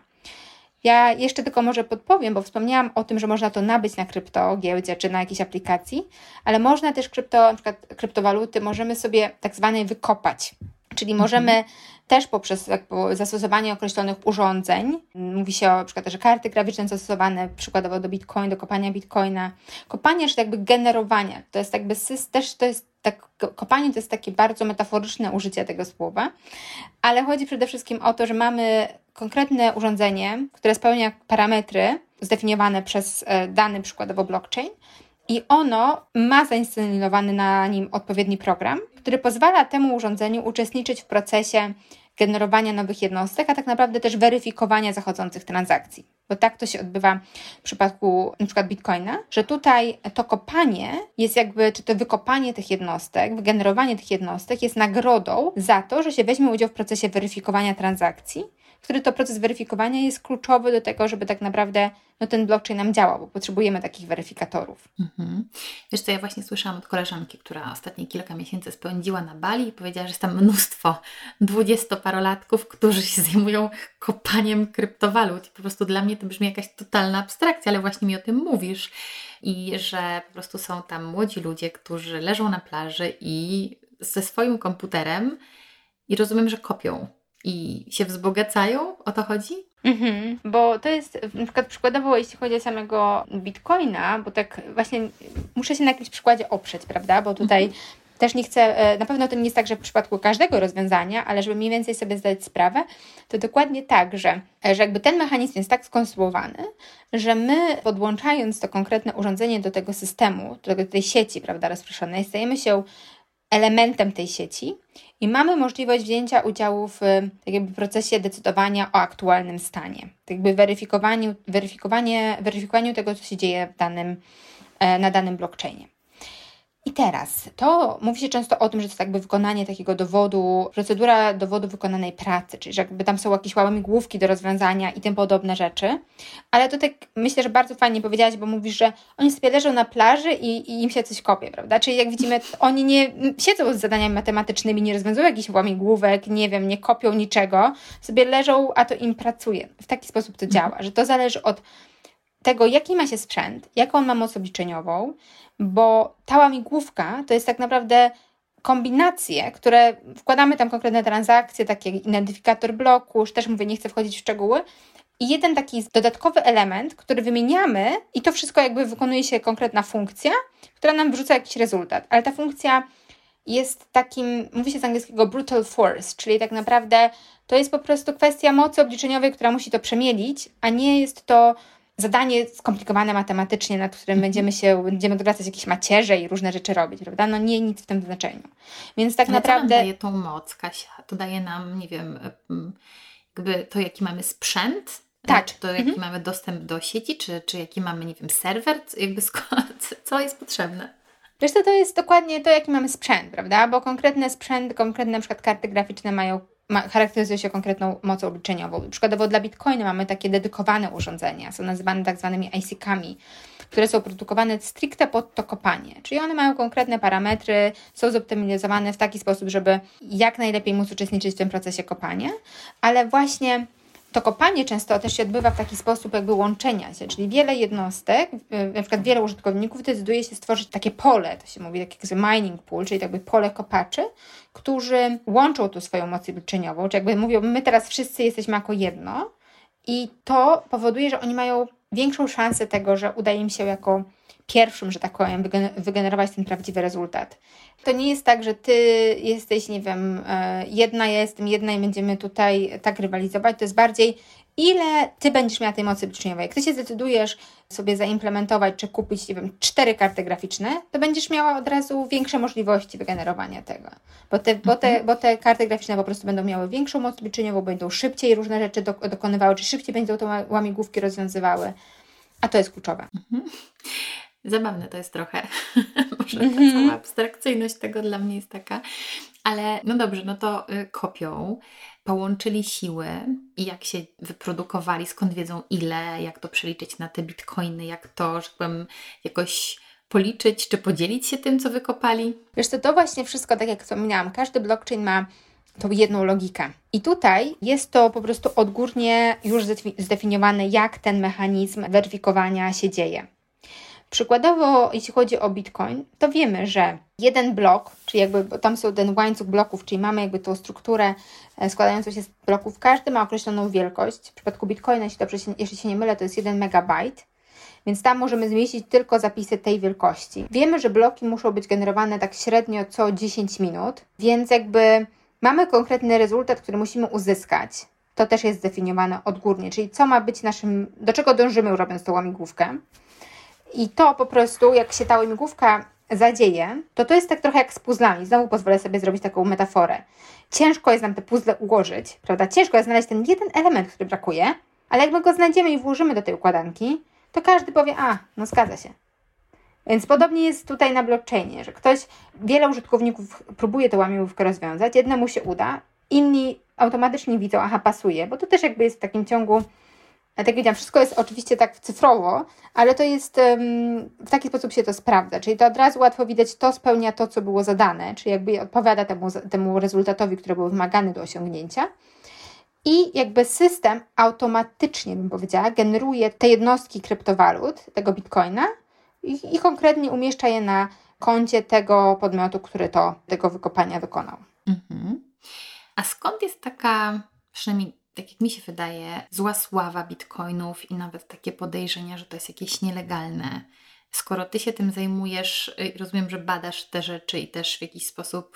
Ja jeszcze tylko może podpowiem, bo wspomniałam o tym, że można to nabyć na kryptogiełdzie czy na jakiejś aplikacji, ale można też krypto, na przykład kryptowaluty możemy sobie tak zwane wykopać, czyli możemy mhm. też poprzez jakby zastosowanie określonych urządzeń, mówi się o na przykład, że karty graficzne zastosowane przykładowo do bitcoin, do kopania bitcoina, kopanie, czy jakby generowania, to jest jakby też to jest tak, kopanie to jest takie bardzo metaforyczne użycie tego słowa, ale chodzi przede wszystkim o to, że mamy konkretne urządzenie, które spełnia parametry zdefiniowane przez dany przykładowo blockchain i ono ma zainstalowany na nim odpowiedni program, który pozwala temu urządzeniu uczestniczyć w procesie generowania nowych jednostek, a tak naprawdę też weryfikowania zachodzących transakcji. Bo tak to się odbywa w przypadku na przykład Bitcoina, że tutaj to kopanie jest jakby, czy to wykopanie tych jednostek, wygenerowanie tych jednostek jest nagrodą za to, że się weźmie udział w procesie weryfikowania transakcji, który to proces weryfikowania jest kluczowy do tego, żeby tak naprawdę no, ten blockchain nam działał, bo potrzebujemy takich weryfikatorów. Mhm. Wiesz co, ja właśnie słyszałam od koleżanki, która ostatnie kilka miesięcy spędziła na Bali i powiedziała, że jest tam mnóstwo dwudziestoparolatków, którzy się zajmują kopaniem kryptowalut. I po prostu dla mnie to brzmi jakaś totalna abstrakcja, ale właśnie mi o tym mówisz. I że po prostu są tam młodzi ludzie, którzy leżą na plaży i ze swoim komputerem i rozumiem, że kopią. I się wzbogacają? O to chodzi? Mhm, bo to jest na przykład przykładowo, jeśli chodzi o samego Bitcoina, bo tak właśnie muszę się na jakimś przykładzie oprzeć, prawda, bo tutaj mhm. też nie chcę, na pewno to nie jest tak, że w przypadku każdego rozwiązania, ale żeby mniej więcej sobie zdać sprawę, to dokładnie tak, że, że jakby ten mechanizm jest tak skonstruowany, że my podłączając to konkretne urządzenie do tego systemu, do tej sieci, prawda, rozproszonej, stajemy się elementem tej sieci i mamy możliwość wzięcia udziału w tak jakby procesie decydowania o aktualnym stanie. Tak jakby weryfikowaniu, weryfikowanie, weryfikowaniu tego, co się dzieje w danym, na danym blockchainie. I teraz, to mówi się często o tym, że to jest jakby wykonanie takiego dowodu, procedura dowodu wykonanej pracy, czyli że jakby tam są jakieś łamigłówki do rozwiązania i tym podobne rzeczy, ale to tak myślę, że bardzo fajnie powiedziałaś, bo mówisz, że oni sobie leżą na plaży i, i im się coś kopie, prawda? Czyli jak widzimy, oni nie siedzą z zadaniami matematycznymi, nie rozwiązują jakichś łamigłówek, nie wiem, nie kopią niczego, sobie leżą, a to im pracuje. W taki sposób to działa, że to zależy od tego, jaki ma się sprzęt, jaką on ma moc obliczeniową, bo ta łamigłówka to jest tak naprawdę kombinacje, które wkładamy tam konkretne transakcje, takie jak identyfikator bloku, już też mówię, nie chcę wchodzić w szczegóły, i jeden taki dodatkowy element, który wymieniamy i to wszystko jakby wykonuje się konkretna funkcja, która nam wrzuca jakiś rezultat, ale ta funkcja jest takim, mówi się z angielskiego brutal force, czyli tak naprawdę to jest po prostu kwestia mocy obliczeniowej, która musi to przemielić, a nie jest to zadanie skomplikowane matematycznie, nad którym mm. będziemy się, będziemy odwracać jakieś macierze i różne rzeczy robić, prawda? No nie, nic w tym znaczeniu. Więc tak Ale naprawdę... co nam daje tą moc, Kasia? To daje nam, nie wiem, jakby to, jaki mamy sprzęt? Tak. Czy to, jaki mhm. mamy dostęp do sieci? Czy, czy jaki mamy, nie wiem, serwer? Jakby co jest potrzebne? Wiesz co, to jest dokładnie to, jaki mamy sprzęt, prawda? Bo konkretne sprzęty, konkretne na przykład karty graficzne mają Ma, charakteryzuje się konkretną mocą obliczeniową. Przykładowo dla Bitcoina mamy takie dedykowane urządzenia, są nazywane tak zwanymi I C kami, które są produkowane stricte pod to kopanie. Czyli one mają konkretne parametry, są zoptymalizowane w taki sposób, żeby jak najlepiej móc uczestniczyć w tym procesie kopania, ale właśnie to kopanie często też się odbywa w taki sposób jakby łączenia się, czyli wiele jednostek, na przykład wiele użytkowników decyduje się stworzyć takie pole, to się mówi takie jakby mining pool, czyli jakby pole kopaczy, którzy łączą tu swoją moc obliczeniową, czy jakby mówią, my teraz wszyscy jesteśmy jako jedno i to powoduje, że oni mają większą szansę tego, że uda im się jako pierwszym, że tak powiem, wygenerować ten prawdziwy rezultat. To nie jest tak, że ty jesteś, nie wiem, jedna, ja jestem jedna i będziemy tutaj tak rywalizować. To jest bardziej, ile ty będziesz miała tej mocy obliczeniowej. Jak ty się zdecydujesz sobie zaimplementować, czy kupić, nie wiem, cztery karty graficzne, to będziesz miała od razu większe możliwości wygenerowania tego. Bo te, mhm. bo te, bo te karty graficzne po prostu będą miały większą moc obliczeniową, będą szybciej różne rzeczy do, dokonywały, czy szybciej będą te łamigłówki rozwiązywały. A to jest kluczowe. Mhm. Zabawne to jest trochę. Może ta mm-hmm. cała abstrakcyjność tego dla mnie jest taka. Ale no dobrze, no to y, kopią, połączyli siły i jak się wyprodukowali, skąd wiedzą ile, jak to przeliczyć na te bitcoiny, jak to, że powiem, jakoś policzyć czy podzielić się tym, co wykopali? Wiesz co, to właśnie wszystko, tak jak wspominałam, każdy blockchain ma tą jedną logikę. I tutaj jest to po prostu odgórnie już zdefiniowane, jak ten mechanizm weryfikowania się dzieje. Przykładowo, jeśli chodzi o Bitcoin, to wiemy, że jeden blok, czyli jakby bo tam są ten łańcuch bloków, czyli mamy jakby tą strukturę składającą się z bloków, każdy ma określoną wielkość. W przypadku Bitcoina, jeśli, dobrze się, jeśli się nie mylę, to jest jeden megabajt, więc tam możemy zmieścić tylko zapisy tej wielkości. Wiemy, że bloki muszą być generowane tak średnio co dziesięć minut, więc jakby mamy konkretny rezultat, który musimy uzyskać. To też jest zdefiniowane odgórnie, czyli co ma być naszym, do czego dążymy robiąc tą łamigłówkę. I to po prostu, jak się ta łamigłówka zadzieje, to to jest tak trochę jak z puzzlami. Znowu pozwolę sobie zrobić taką metaforę. Ciężko jest nam te puzzle ułożyć, prawda? Ciężko jest znaleźć ten jeden element, który brakuje, ale jak my go znajdziemy i włożymy do tej układanki, to każdy powie, a, no zgadza się. Więc podobnie jest tutaj na blockchainie, że ktoś, wiele użytkowników próbuje tę łamigłówkę rozwiązać, jednemu się uda, inni automatycznie widzą, aha, pasuje, bo to też jakby jest w takim ciągu. Tak jak powiedziałam, wszystko jest oczywiście tak cyfrowo, ale to jest, w taki sposób się to sprawdza, czyli to od razu łatwo widać, to spełnia to, co było zadane, czyli jakby odpowiada temu, temu rezultatowi, który był wymagany do osiągnięcia. I jakby system automatycznie, bym powiedziała, generuje te jednostki kryptowalut, tego bitcoina i, i konkretnie umieszcza je na koncie tego podmiotu, który to, tego wykopania dokonał. Mhm. A skąd jest taka, przynajmniej tak jak mi się wydaje, zła sława bitcoinów i nawet takie podejrzenia, że to jest jakieś nielegalne. Skoro Ty się tym zajmujesz, rozumiem, że badasz te rzeczy i też w jakiś sposób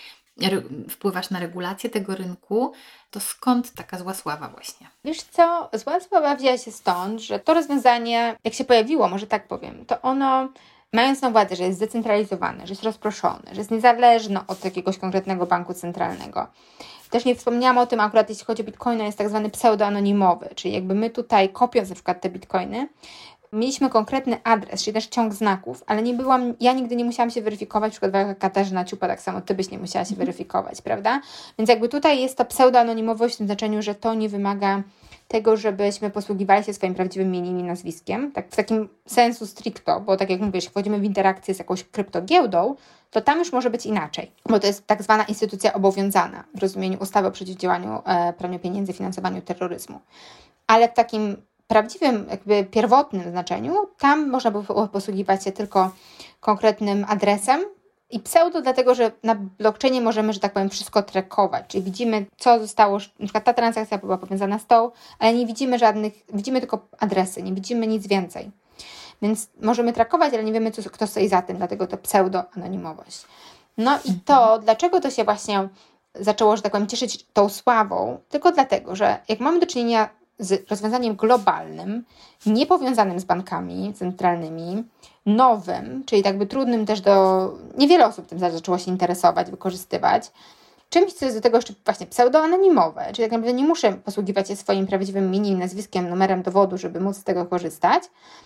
wpływasz na regulację tego rynku, to skąd taka zła sława właśnie? Wiesz co, zła sława wzięła się stąd, że to rozwiązanie, jak się pojawiło, może tak powiem, to ono, mając na uwadze, że jest zdecentralizowane, że jest rozproszone, że jest niezależne od jakiegoś konkretnego banku centralnego. Też nie wspomniałam o tym akurat, jeśli chodzi o bitcoina, jest tak zwany pseudoanonimowy, czyli jakby my tutaj, kopiąc na przykład te bitcoiny, mieliśmy konkretny adres, czyli też ciąg znaków, ale nie byłam, ja nigdy nie musiałam się weryfikować, przykład jak Katarzyna Ciupa, tak samo Ty byś nie musiała się weryfikować, prawda? Więc jakby tutaj jest to pseudoanonimowość w tym znaczeniu, że to nie wymaga tego, żebyśmy posługiwali się swoim prawdziwym imieniem i nazwiskiem, tak w takim sensu stricto, bo tak jak mówisz, jak wchodzimy w interakcję z jakąś kryptogiełdą, to tam już może być inaczej, bo to jest tak zwana instytucja obowiązana w rozumieniu ustawy o przeciwdziałaniu e, praniu pieniędzy, finansowaniu terroryzmu. Ale w takim prawdziwym, jakby pierwotnym znaczeniu, tam można było posługiwać się tylko konkretnym adresem i pseudo, dlatego że na blockchainie możemy, że tak powiem, wszystko trackować, czyli widzimy, co zostało, na przykład ta transakcja była powiązana z tą, ale nie widzimy żadnych, widzimy tylko adresy, nie widzimy nic więcej. Więc możemy trackować, ale nie wiemy, co, kto stoi za tym, dlatego to pseudo-anonimowość. No i to, dlaczego to się właśnie zaczęło, że tak powiem, cieszyć tą sławą, tylko dlatego, że jak mamy do czynienia z rozwiązaniem globalnym, niepowiązanym z bankami centralnymi, nowym, czyli jakby trudnym też do... Niewiele osób tym zaczęło się interesować, wykorzystywać. Czymś, co jest do tego jeszcze właśnie pseudoanonimowe, czyli tak naprawdę nie muszę posługiwać się swoim prawdziwym imieniem, nazwiskiem, numerem dowodu, żeby móc z tego korzystać,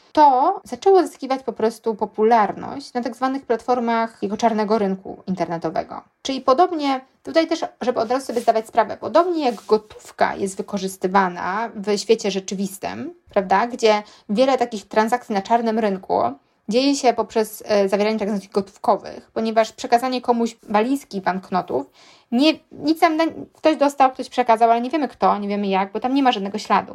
to zaczęło zyskiwać po prostu popularność na tak zwanych platformach jego czarnego rynku internetowego. Czyli podobnie, tutaj też, żeby od razu sobie zdawać sprawę, podobnie jak gotówka jest wykorzystywana w świecie rzeczywistym, prawda, gdzie wiele takich transakcji na czarnym rynku dzieje się poprzez e, zawieranie transakcji gotówkowych, ponieważ przekazanie komuś walizki banknotów, nie, nic tam na, ktoś dostał, ktoś przekazał, ale nie wiemy kto, nie wiemy jak, bo tam nie ma żadnego śladu.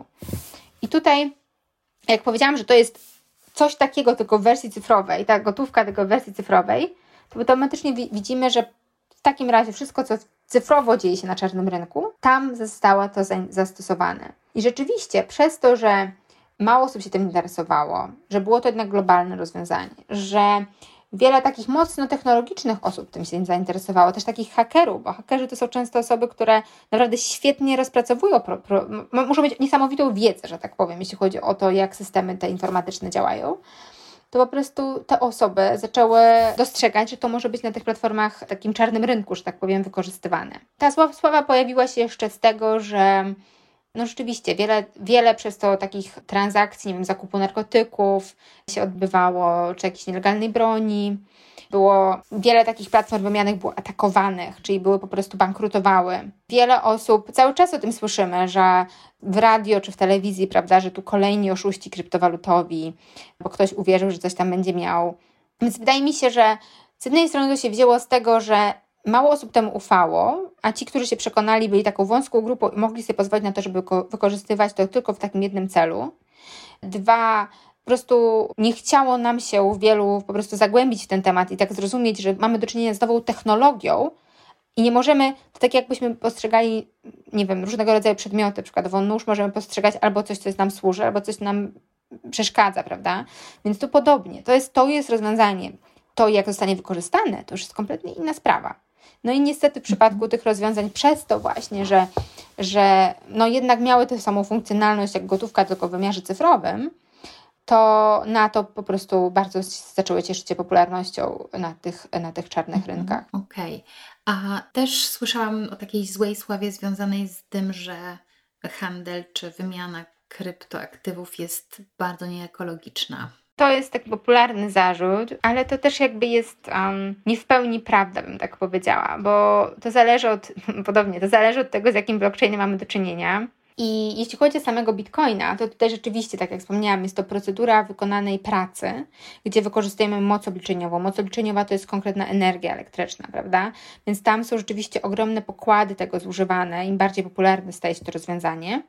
I tutaj, jak powiedziałam, że to jest coś takiego tylko w wersji cyfrowej, ta gotówka tylko w wersji cyfrowej, to automatycznie wi- widzimy, że w takim razie wszystko, co cyfrowo dzieje się na czarnym rynku, tam zostało to za- zastosowane. I rzeczywiście przez to, że mało osób się tym interesowało, że było to jednak globalne rozwiązanie, że wiele takich mocno technologicznych osób tym się zainteresowało, też takich hakerów, bo hakerzy to są często osoby, które naprawdę świetnie rozpracowują, pro, pro, muszą mieć niesamowitą wiedzę, że tak powiem, jeśli chodzi o to, jak systemy te informatyczne działają, to po prostu te osoby zaczęły dostrzegać, że to może być na tych platformach takim czarnym rynku, że tak powiem, wykorzystywane. Ta sława pojawiła się jeszcze z tego, że no rzeczywiście, wiele, wiele przez to takich transakcji, nie wiem, zakupu narkotyków się odbywało, czy jakiejś nielegalnej broni. Było wiele takich platform wymiennych było atakowanych, czyli były po prostu bankrutowały. Wiele osób, cały czas o tym słyszymy, że w radio czy w telewizji, prawda, że tu kolejni oszuści kryptowalutowi, bo ktoś uwierzył, że coś tam będzie miał. Więc wydaje mi się, że z jednej strony to się wzięło z tego, że mało osób temu ufało, a ci, którzy się przekonali, byli taką wąską grupą i mogli sobie pozwolić na to, żeby wykorzystywać to tylko w takim jednym celu. Dwa, po prostu nie chciało nam się wielu po prostu zagłębić w ten temat i tak zrozumieć, że mamy do czynienia z nową technologią i nie możemy, to tak jakbyśmy postrzegali, nie wiem, różnego rodzaju przedmioty, przykładowo nóż możemy postrzegać albo coś, co nam służy, albo coś, co nam przeszkadza, prawda? Więc tu podobnie, to jest, to jest rozwiązanie. To, jak zostanie wykorzystane, to już jest kompletnie inna sprawa. No i niestety w przypadku tych rozwiązań przez to właśnie, że, że no jednak miały tę samą funkcjonalność jak gotówka, tylko w wymiarze cyfrowym, to na to po prostu bardzo zaczęły cieszyć się popularnością na tych, na tych czarnych mhm. rynkach. Okej. Okay. A też słyszałam o takiej złej sławie związanej z tym, że handel czy wymiana kryptoaktywów jest bardzo nieekologiczna. To jest taki popularny zarzut, ale to też jakby jest um, nie w pełni prawda, bym tak powiedziała, bo to zależy od, podobnie, to zależy od tego, z jakim blockchainem mamy do czynienia. I jeśli chodzi o samego Bitcoina, to tutaj rzeczywiście, tak jak wspomniałam, jest to procedura wykonanej pracy, gdzie wykorzystujemy moc obliczeniową. Moc obliczeniowa to jest konkretna energia elektryczna, prawda? Więc tam są rzeczywiście ogromne pokłady tego zużywane, im bardziej popularne staje się to rozwiązanie.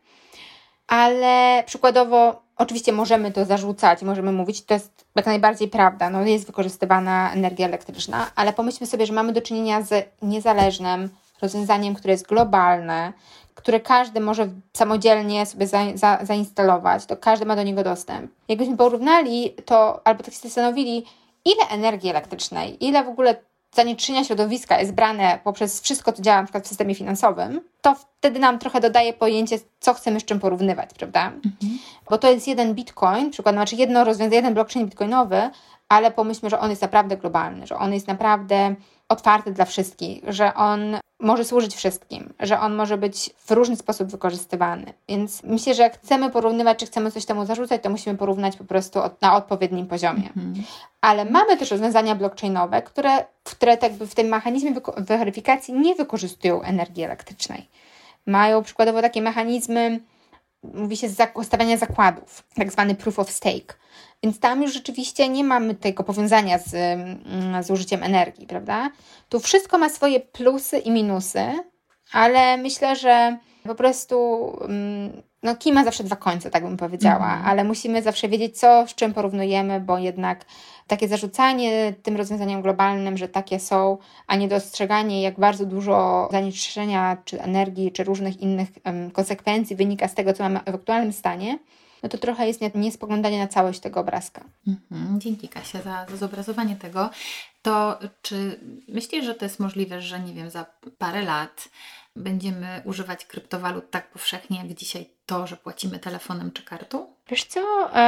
Ale przykładowo, oczywiście możemy to zarzucać, możemy mówić, to jest jak najbardziej prawda, no jest wykorzystywana energia elektryczna, ale pomyślmy sobie, że mamy do czynienia z niezależnym, rozwiązaniem, które jest globalne, które każdy może samodzielnie sobie za, za, zainstalować, to każdy ma do niego dostęp. Jakbyśmy porównali to, albo tak się zastanowili, ile energii elektrycznej, ile w ogóle zanieczyszczenia środowiska jest brane poprzez wszystko, co działa na przykład w systemie finansowym, to wtedy nam trochę dodaje pojęcie, co chcemy z czym porównywać, prawda? Mhm. Bo to jest jeden bitcoin, przykład, znaczy jedno rozwiązanie, jeden blockchain bitcoinowy, ale pomyślmy, że on jest naprawdę globalny, że on jest naprawdę otwarty dla wszystkich, że on może służyć wszystkim, że on może być w różny sposób wykorzystywany. Więc myślę, że jak chcemy porównywać, czy chcemy coś temu zarzucać, to musimy porównać po prostu od, na odpowiednim poziomie. Mhm. Ale mamy też rozwiązania blockchainowe, które, które tak jakby w tym mechanizmie wyko- weryfikacji nie wykorzystują energii elektrycznej. Mają przykładowo takie mechanizmy, mówi się, zak- stawiania zakładów, tak zwany proof of stake. Więc tam już rzeczywiście nie mamy tego powiązania z, z użyciem energii, prawda? Tu wszystko ma swoje plusy i minusy, ale myślę, że po prostu no, kij ma zawsze dwa końce, tak bym powiedziała, mm. ale musimy zawsze wiedzieć, co z czym porównujemy, bo jednak takie zarzucanie tym rozwiązaniom globalnym, że takie są, a nie dostrzeganie, jak bardzo dużo zanieczyszczenia, czy energii, czy różnych innych um, konsekwencji wynika z tego, co mamy w aktualnym stanie, no to trochę jest niespoglądanie na całość tego obrazka. Mhm, dzięki Kasia za, za zobrazowanie tego. To czy myślisz, że to jest możliwe, że nie wiem, za parę lat będziemy używać kryptowalut tak powszechnie jak dzisiaj to, że płacimy telefonem czy kartą? Wiesz co,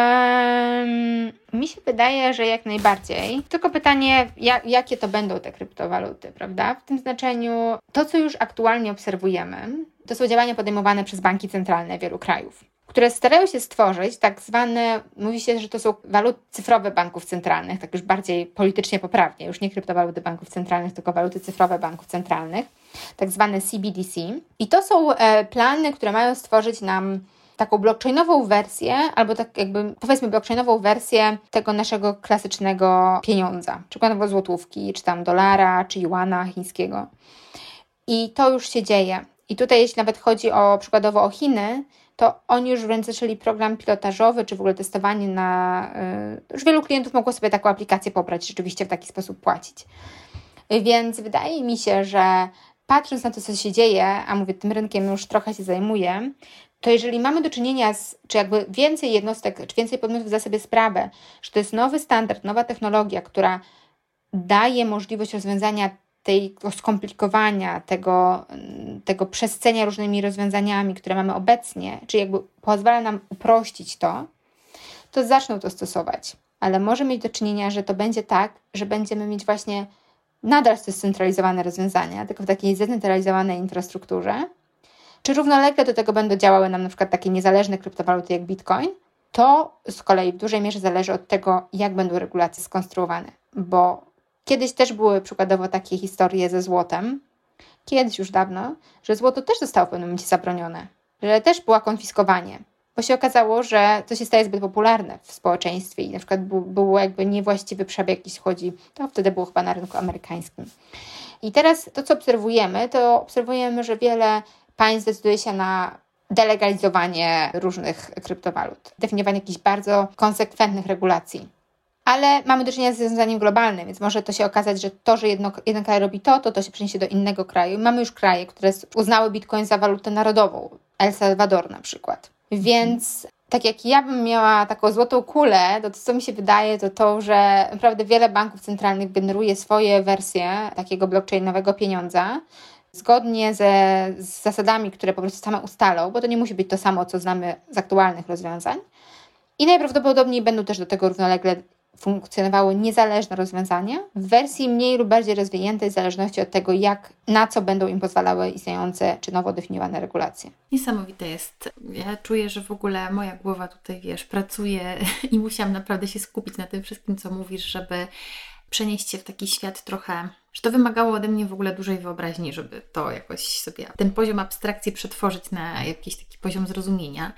um, mi się wydaje, że jak najbardziej. Tylko pytanie, jak, jakie to będą te kryptowaluty, prawda? W tym znaczeniu to, co już aktualnie obserwujemy, to są działania podejmowane przez banki centralne wielu krajów, które starają się stworzyć tak zwane, mówi się, że to są waluty cyfrowe banków centralnych, tak już bardziej politycznie poprawnie, już nie kryptowaluty banków centralnych, tylko waluty cyfrowe banków centralnych, tak zwane C B D C. I to są e, plany, które mają stworzyć nam taką blockchainową wersję, albo tak jakby powiedzmy blockchainową wersję tego naszego klasycznego pieniądza, przykładowo złotówki, czy tam dolara, czy juana chińskiego. I to już się dzieje. I tutaj jeśli nawet chodzi o przykładowo o Chiny, to oni już wręcz zaczęli program pilotażowy, czy w ogóle testowanie na... Yy, już wielu klientów mogło sobie taką aplikację pobrać, rzeczywiście w taki sposób płacić. Więc wydaje mi się, że patrząc na to, co się dzieje, a mówię, tym rynkiem już trochę się zajmuję, to jeżeli mamy do czynienia z, czy jakby więcej jednostek, czy więcej podmiotów zda sobie sprawę, że to jest nowy standard, nowa technologia, która daje możliwość rozwiązania tego skomplikowania, tego, tego przescenia różnymi rozwiązaniami, które mamy obecnie, czy jakby pozwala nam uprościć to, to zaczną to stosować. Ale może mieć do czynienia, że to będzie tak, że będziemy mieć właśnie nadal zcentralizowane rozwiązania, tylko w takiej zdecentralizowanej infrastrukturze, czy równolegle do tego będą działały nam na przykład takie niezależne kryptowaluty jak Bitcoin, to z kolei w dużej mierze zależy od tego, jak będą regulacje skonstruowane, bo kiedyś też były przykładowo takie historie ze złotem, kiedyś już dawno, że złoto też zostało w pewnym momencie zabronione, że też było konfiskowanie, bo się okazało, że to się staje zbyt popularne w społeczeństwie i na przykład był, był jakby niewłaściwy przebieg, jeśli chodzi, to wtedy było chyba na rynku amerykańskim. I teraz to, co obserwujemy, to obserwujemy, że wiele państw zdecyduje się na delegalizowanie różnych kryptowalut, definiowanie jakichś bardzo konsekwentnych regulacji. Ale mamy do czynienia z rozwiązaniem globalnym, więc może to się okazać, że to, że jedno, jeden kraj robi to, to to się przeniesie do innego kraju. Mamy już kraje, które uznały Bitcoin za walutę narodową. El Salvador na przykład. Więc tak jak ja bym miała taką złotą kulę, to, to co mi się wydaje, to to, że naprawdę wiele banków centralnych generuje swoje wersje takiego blockchainowego pieniądza, zgodnie ze z zasadami, które po prostu same ustalą, bo to nie musi być to samo, co znamy z aktualnych rozwiązań. I najprawdopodobniej będą też do tego równolegle funkcjonowały niezależne rozwiązania w wersji mniej lub bardziej rozwiniętej w zależności od tego, jak, na co będą im pozwalały istniejące czy nowo definiowane regulacje. Niesamowite jest. Ja czuję, że w ogóle moja głowa tutaj, wiesz, pracuje i musiałam naprawdę się skupić na tym wszystkim, co mówisz, żeby przenieść się w taki świat trochę, że to wymagało ode mnie w ogóle dużej wyobraźni, żeby to jakoś sobie, ten poziom abstrakcji przetworzyć na jakiś taki poziom zrozumienia.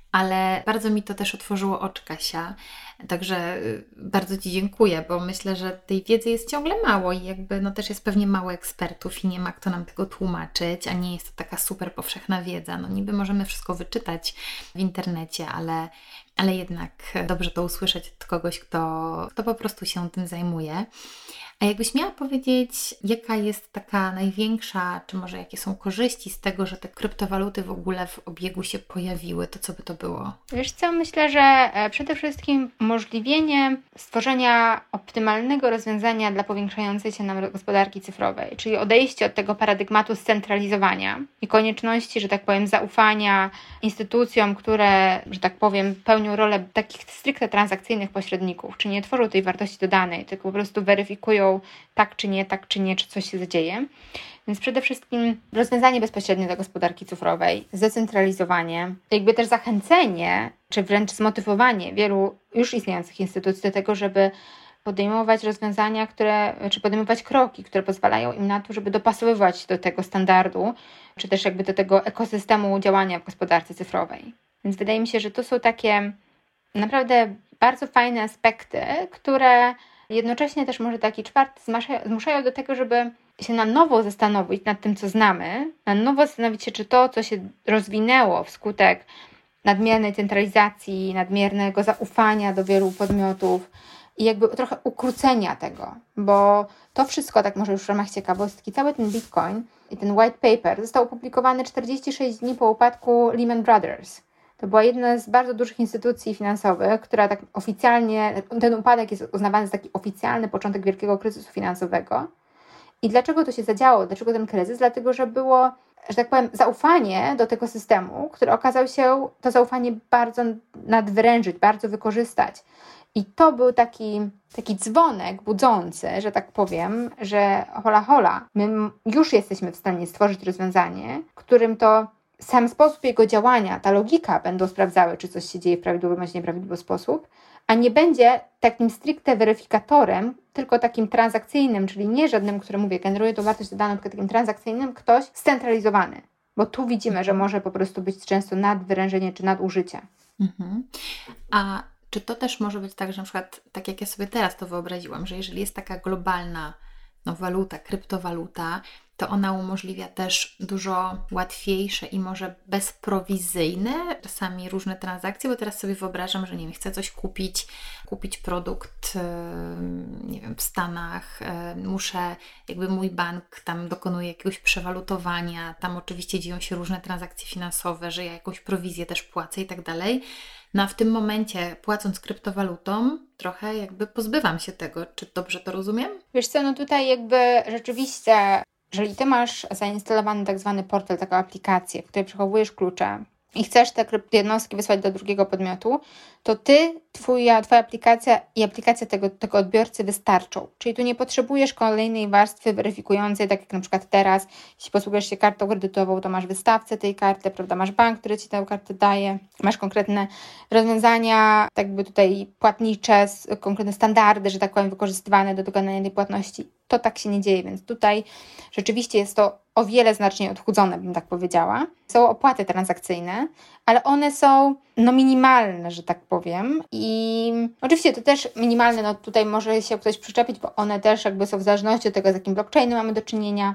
Ale bardzo mi to też otworzyło oczy, Kasia. Także bardzo Ci dziękuję, bo myślę, że tej wiedzy jest ciągle mało i jakby no też jest pewnie mało ekspertów i nie ma kto nam tego tłumaczyć, a nie jest to taka super powszechna wiedza. No niby możemy wszystko wyczytać w internecie, ale, ale jednak dobrze to usłyszeć od kogoś, kto, kto po prostu się tym zajmuje. A jakbyś miała powiedzieć, jaka jest taka największa, czy może jakie są korzyści z tego, że te kryptowaluty w ogóle w obiegu się pojawiły, to co by to było? Wiesz co, myślę, że e, przede wszystkim umożliwienie stworzenia optymalnego rozwiązania dla powiększającej się nam gospodarki cyfrowej, czyli odejście od tego paradygmatu scentralizowania i konieczności, że tak powiem, zaufania instytucjom, które, że tak powiem, pełnią rolę takich stricte transakcyjnych pośredników, czy nie tworzą tej wartości dodanej, tylko po prostu weryfikują tak czy nie, tak czy nie, czy coś się zadzieje. Więc przede wszystkim rozwiązanie bezpośrednie dla gospodarki cyfrowej, zdecentralizowanie, jakby też zachęcenie, czy wręcz zmotywowanie wielu już istniejących instytucji do tego, żeby podejmować rozwiązania, które, czy podejmować kroki, które pozwalają im na to, żeby dopasowywać się do tego standardu, czy też jakby do tego ekosystemu działania w gospodarce cyfrowej. Więc wydaje mi się, że to są takie naprawdę bardzo fajne aspekty, które jednocześnie też może taki czwarty zmuszają do tego, żeby się na nowo zastanowić nad tym, co znamy, na nowo zastanowić się, czy to, co się rozwinęło wskutek nadmiernej centralizacji, nadmiernego zaufania do wielu podmiotów i jakby trochę ukrócenia tego, bo to wszystko, tak może już w ramach ciekawostki, cały ten Bitcoin i ten white paper został opublikowany czterdzieści sześć dni po upadku Lehman Brothers. To była jedna z bardzo dużych instytucji finansowych, która tak oficjalnie, ten upadek jest uznawany za taki oficjalny początek wielkiego kryzysu finansowego. I dlaczego to się zadziało? Dlaczego ten kryzys? Dlatego, że było, że tak powiem, zaufanie do tego systemu, które okazał się to zaufanie bardzo nadwyrężyć, bardzo wykorzystać. I to był taki, taki dzwonek budzący, że tak powiem, że hola hola, my już jesteśmy w stanie stworzyć rozwiązanie, którym to sam sposób jego działania, ta logika będą sprawdzały, czy coś się dzieje w prawidłowy bądź nieprawidłowy sposób, a nie będzie takim stricte weryfikatorem, tylko takim transakcyjnym, czyli nie żadnym, który mówię, generuje tą wartość dodaną, tylko takim transakcyjnym, ktoś scentralizowany. Bo tu widzimy, że może po prostu być często nadwyrężenie czy nadużycie. Mhm. A czy to też może być tak, że na przykład, tak jak ja sobie teraz to wyobraziłam, że jeżeli jest taka globalna no, waluta, kryptowaluta, to ona umożliwia też dużo łatwiejsze i może bezprowizyjne czasami różne transakcje, bo teraz sobie wyobrażam, że nie wiem, chcę coś kupić, kupić produkt, nie wiem, w Stanach, muszę, jakby mój bank tam dokonuje jakiegoś przewalutowania, tam oczywiście dzieją się różne transakcje finansowe, że ja jakąś prowizję też płacę i tak dalej. No a w tym momencie, płacąc kryptowalutą, trochę jakby pozbywam się tego. Czy dobrze to rozumiem? Wiesz co, no tutaj jakby rzeczywiście, jeżeli Ty masz zainstalowany tak zwany portfel, taką aplikację, w której przechowujesz klucze i chcesz te jednostki wysłać do drugiego podmiotu, to Ty, twoja, twoja aplikacja i aplikacja tego, tego odbiorcy wystarczą. Czyli tu nie potrzebujesz kolejnej warstwy weryfikującej, tak jak na przykład teraz, jeśli posługujesz się kartą kredytową, to masz wystawcę tej karty, prawda, masz bank, który Ci tę kartę daje, masz konkretne rozwiązania, tak jakby tutaj płatnicze, konkretne standardy, że tak powiem, wykorzystywane do dokonania tej płatności. To tak się nie dzieje, więc tutaj rzeczywiście jest to o wiele znacznie odchudzone, bym tak powiedziała. Są opłaty transakcyjne, ale one są no minimalne, że tak powiem. I oczywiście to też minimalne, no tutaj może się ktoś przyczepić, bo one też jakby są w zależności od tego, z jakim blockchainem mamy do czynienia,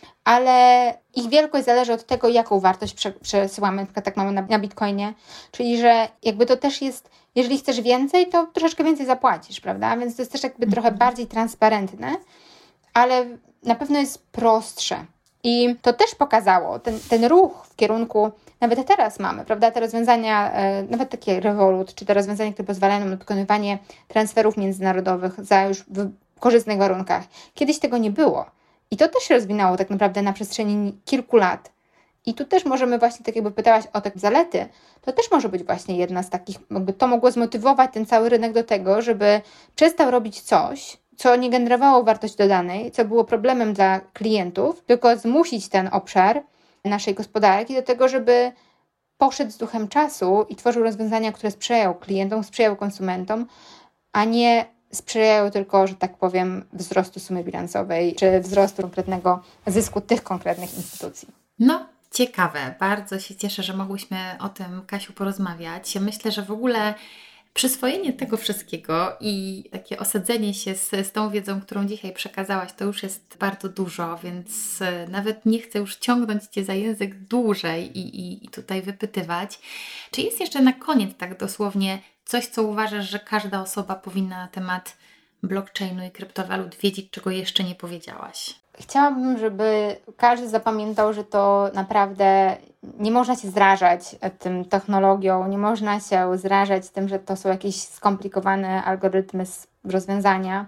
ale ich wielkość zależy od tego, jaką wartość przesyłamy, na przykład tak mamy na, na Bitcoinie, czyli że jakby to też jest, jeżeli chcesz więcej, to troszeczkę więcej zapłacisz, prawda? Więc to jest też jakby trochę bardziej transparentne, ale na pewno jest prostsze. I to też pokazało ten, ten ruch w kierunku, nawet teraz mamy, prawda, te rozwiązania, e, nawet takie Revolut, czy te rozwiązania, które pozwalają na dokonywanie transferów międzynarodowych za już w korzystnych warunkach. Kiedyś tego nie było. I to też się rozwinęło tak naprawdę na przestrzeni kilku lat. I tu też możemy właśnie, tak jakby pytałaś o te zalety, to też może być właśnie jedna z takich, jakby to mogło zmotywować ten cały rynek do tego, żeby przestał robić coś, co nie generowało wartości dodanej, co było problemem dla klientów, tylko zmusić ten obszar naszej gospodarki do tego, żeby poszedł z duchem czasu i tworzył rozwiązania, które sprzyjają klientom, sprzyjają konsumentom, a nie sprzyjają tylko, że tak powiem, wzrostu sumy bilansowej, czy wzrostu konkretnego zysku tych konkretnych instytucji. No, ciekawe. Bardzo się cieszę, że mogłyśmy o tym, Kasiu, porozmawiać. Ja myślę, że w ogóle przyswojenie tego wszystkiego i takie osadzenie się z, z tą wiedzą, którą dzisiaj przekazałaś, to już jest bardzo dużo, więc nawet nie chcę już ciągnąć Cię za język dłużej i, i, i tutaj wypytywać. Czy jest jeszcze na koniec tak dosłownie coś, co uważasz, że każda osoba powinna na temat blockchainu i kryptowalut wiedzieć, czego jeszcze nie powiedziałaś? Chciałabym, żeby każdy zapamiętał, że to naprawdę nie można się zrażać tym technologią, nie można się zrażać tym, że to są jakieś skomplikowane algorytmy, rozwiązania,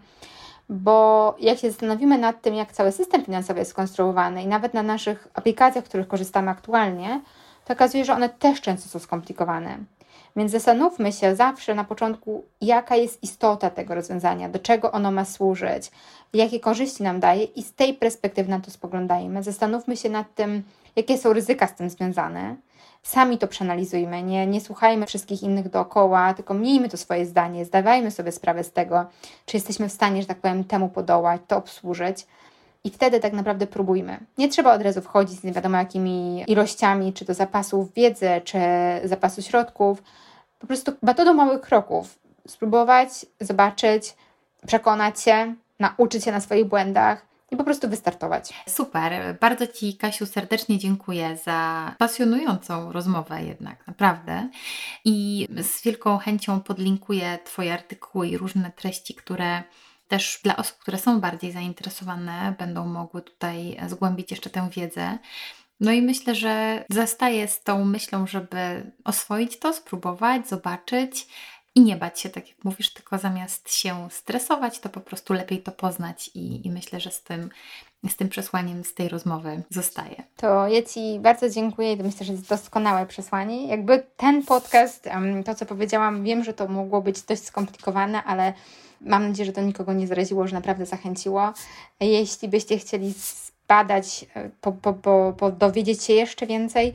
bo jak się zastanowimy nad tym, jak cały system finansowy jest skonstruowany i nawet na naszych aplikacjach, z których korzystamy aktualnie, to okazuje się, że one też często są skomplikowane. Więc zastanówmy się zawsze na początku, jaka jest istota tego rozwiązania, do czego ono ma służyć, jakie korzyści nam daje i z tej perspektywy na to spoglądajmy. Zastanówmy się nad tym, jakie są ryzyka z tym związane. Sami to przeanalizujmy, nie, nie słuchajmy wszystkich innych dookoła, tylko miejmy to swoje zdanie, zdawajmy sobie sprawę z tego, czy jesteśmy w stanie, że tak powiem, temu podołać, to obsłużyć. I wtedy tak naprawdę próbujmy. Nie trzeba od razu wchodzić z nie wiadomo jakimi ilościami, czy to zapasów wiedzy, czy zapasu środków. Po prostu metodą małych kroków. Spróbować, zobaczyć, przekonać się, nauczyć się na swoich błędach i po prostu wystartować. Super. Bardzo Ci, Kasiu, serdecznie dziękuję za pasjonującą rozmowę jednak, naprawdę. I z wielką chęcią podlinkuję Twoje artykuły i różne treści, które też dla osób, które są bardziej zainteresowane, będą mogły tutaj zgłębić jeszcze tę wiedzę. No i myślę, że zostaję z tą myślą, żeby oswoić to, spróbować, zobaczyć i nie bać się, tak jak mówisz, tylko zamiast się stresować, to po prostu lepiej to poznać i, i myślę, że z tym, z tym przesłaniem z tej rozmowy zostaję. To ja Ci bardzo dziękuję i to myślę, że jest doskonałe przesłanie. Jakby ten podcast, to co powiedziałam, wiem, że to mogło być dość skomplikowane, ale mam nadzieję, że to nikogo nie zraziło, że naprawdę zachęciło. Jeśli byście chcieli badać, po, po, po, po dowiedzieć się jeszcze więcej,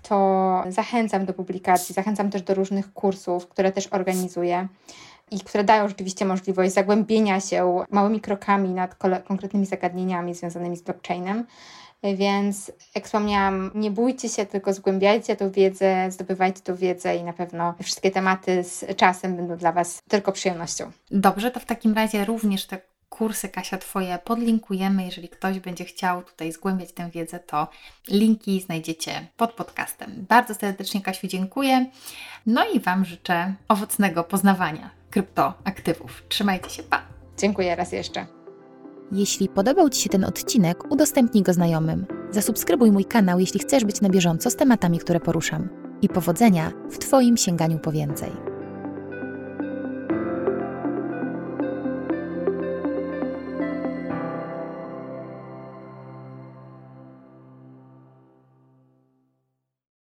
to zachęcam do publikacji, zachęcam też do różnych kursów, które też organizuję i które dają rzeczywiście możliwość zagłębienia się małymi krokami nad konkretnymi zagadnieniami związanymi z blockchainem. Więc jak wspomniałam, nie bójcie się, tylko zgłębiajcie tą wiedzę, zdobywajcie tą wiedzę i na pewno wszystkie tematy z czasem będą dla Was tylko przyjemnością. Dobrze, to w takim razie również te kursy, Kasia, Twoje podlinkujemy. Jeżeli ktoś będzie chciał tutaj zgłębiać tę wiedzę, to linki znajdziecie pod podcastem. Bardzo serdecznie, Kasiu, dziękuję. No i Wam życzę owocnego poznawania kryptoaktywów. Trzymajcie się, pa! Dziękuję raz jeszcze. Jeśli podobał Ci się ten odcinek, udostępnij go znajomym. Zasubskrybuj mój kanał, jeśli chcesz być na bieżąco z tematami, które poruszam. I powodzenia w Twoim sięganiu po więcej.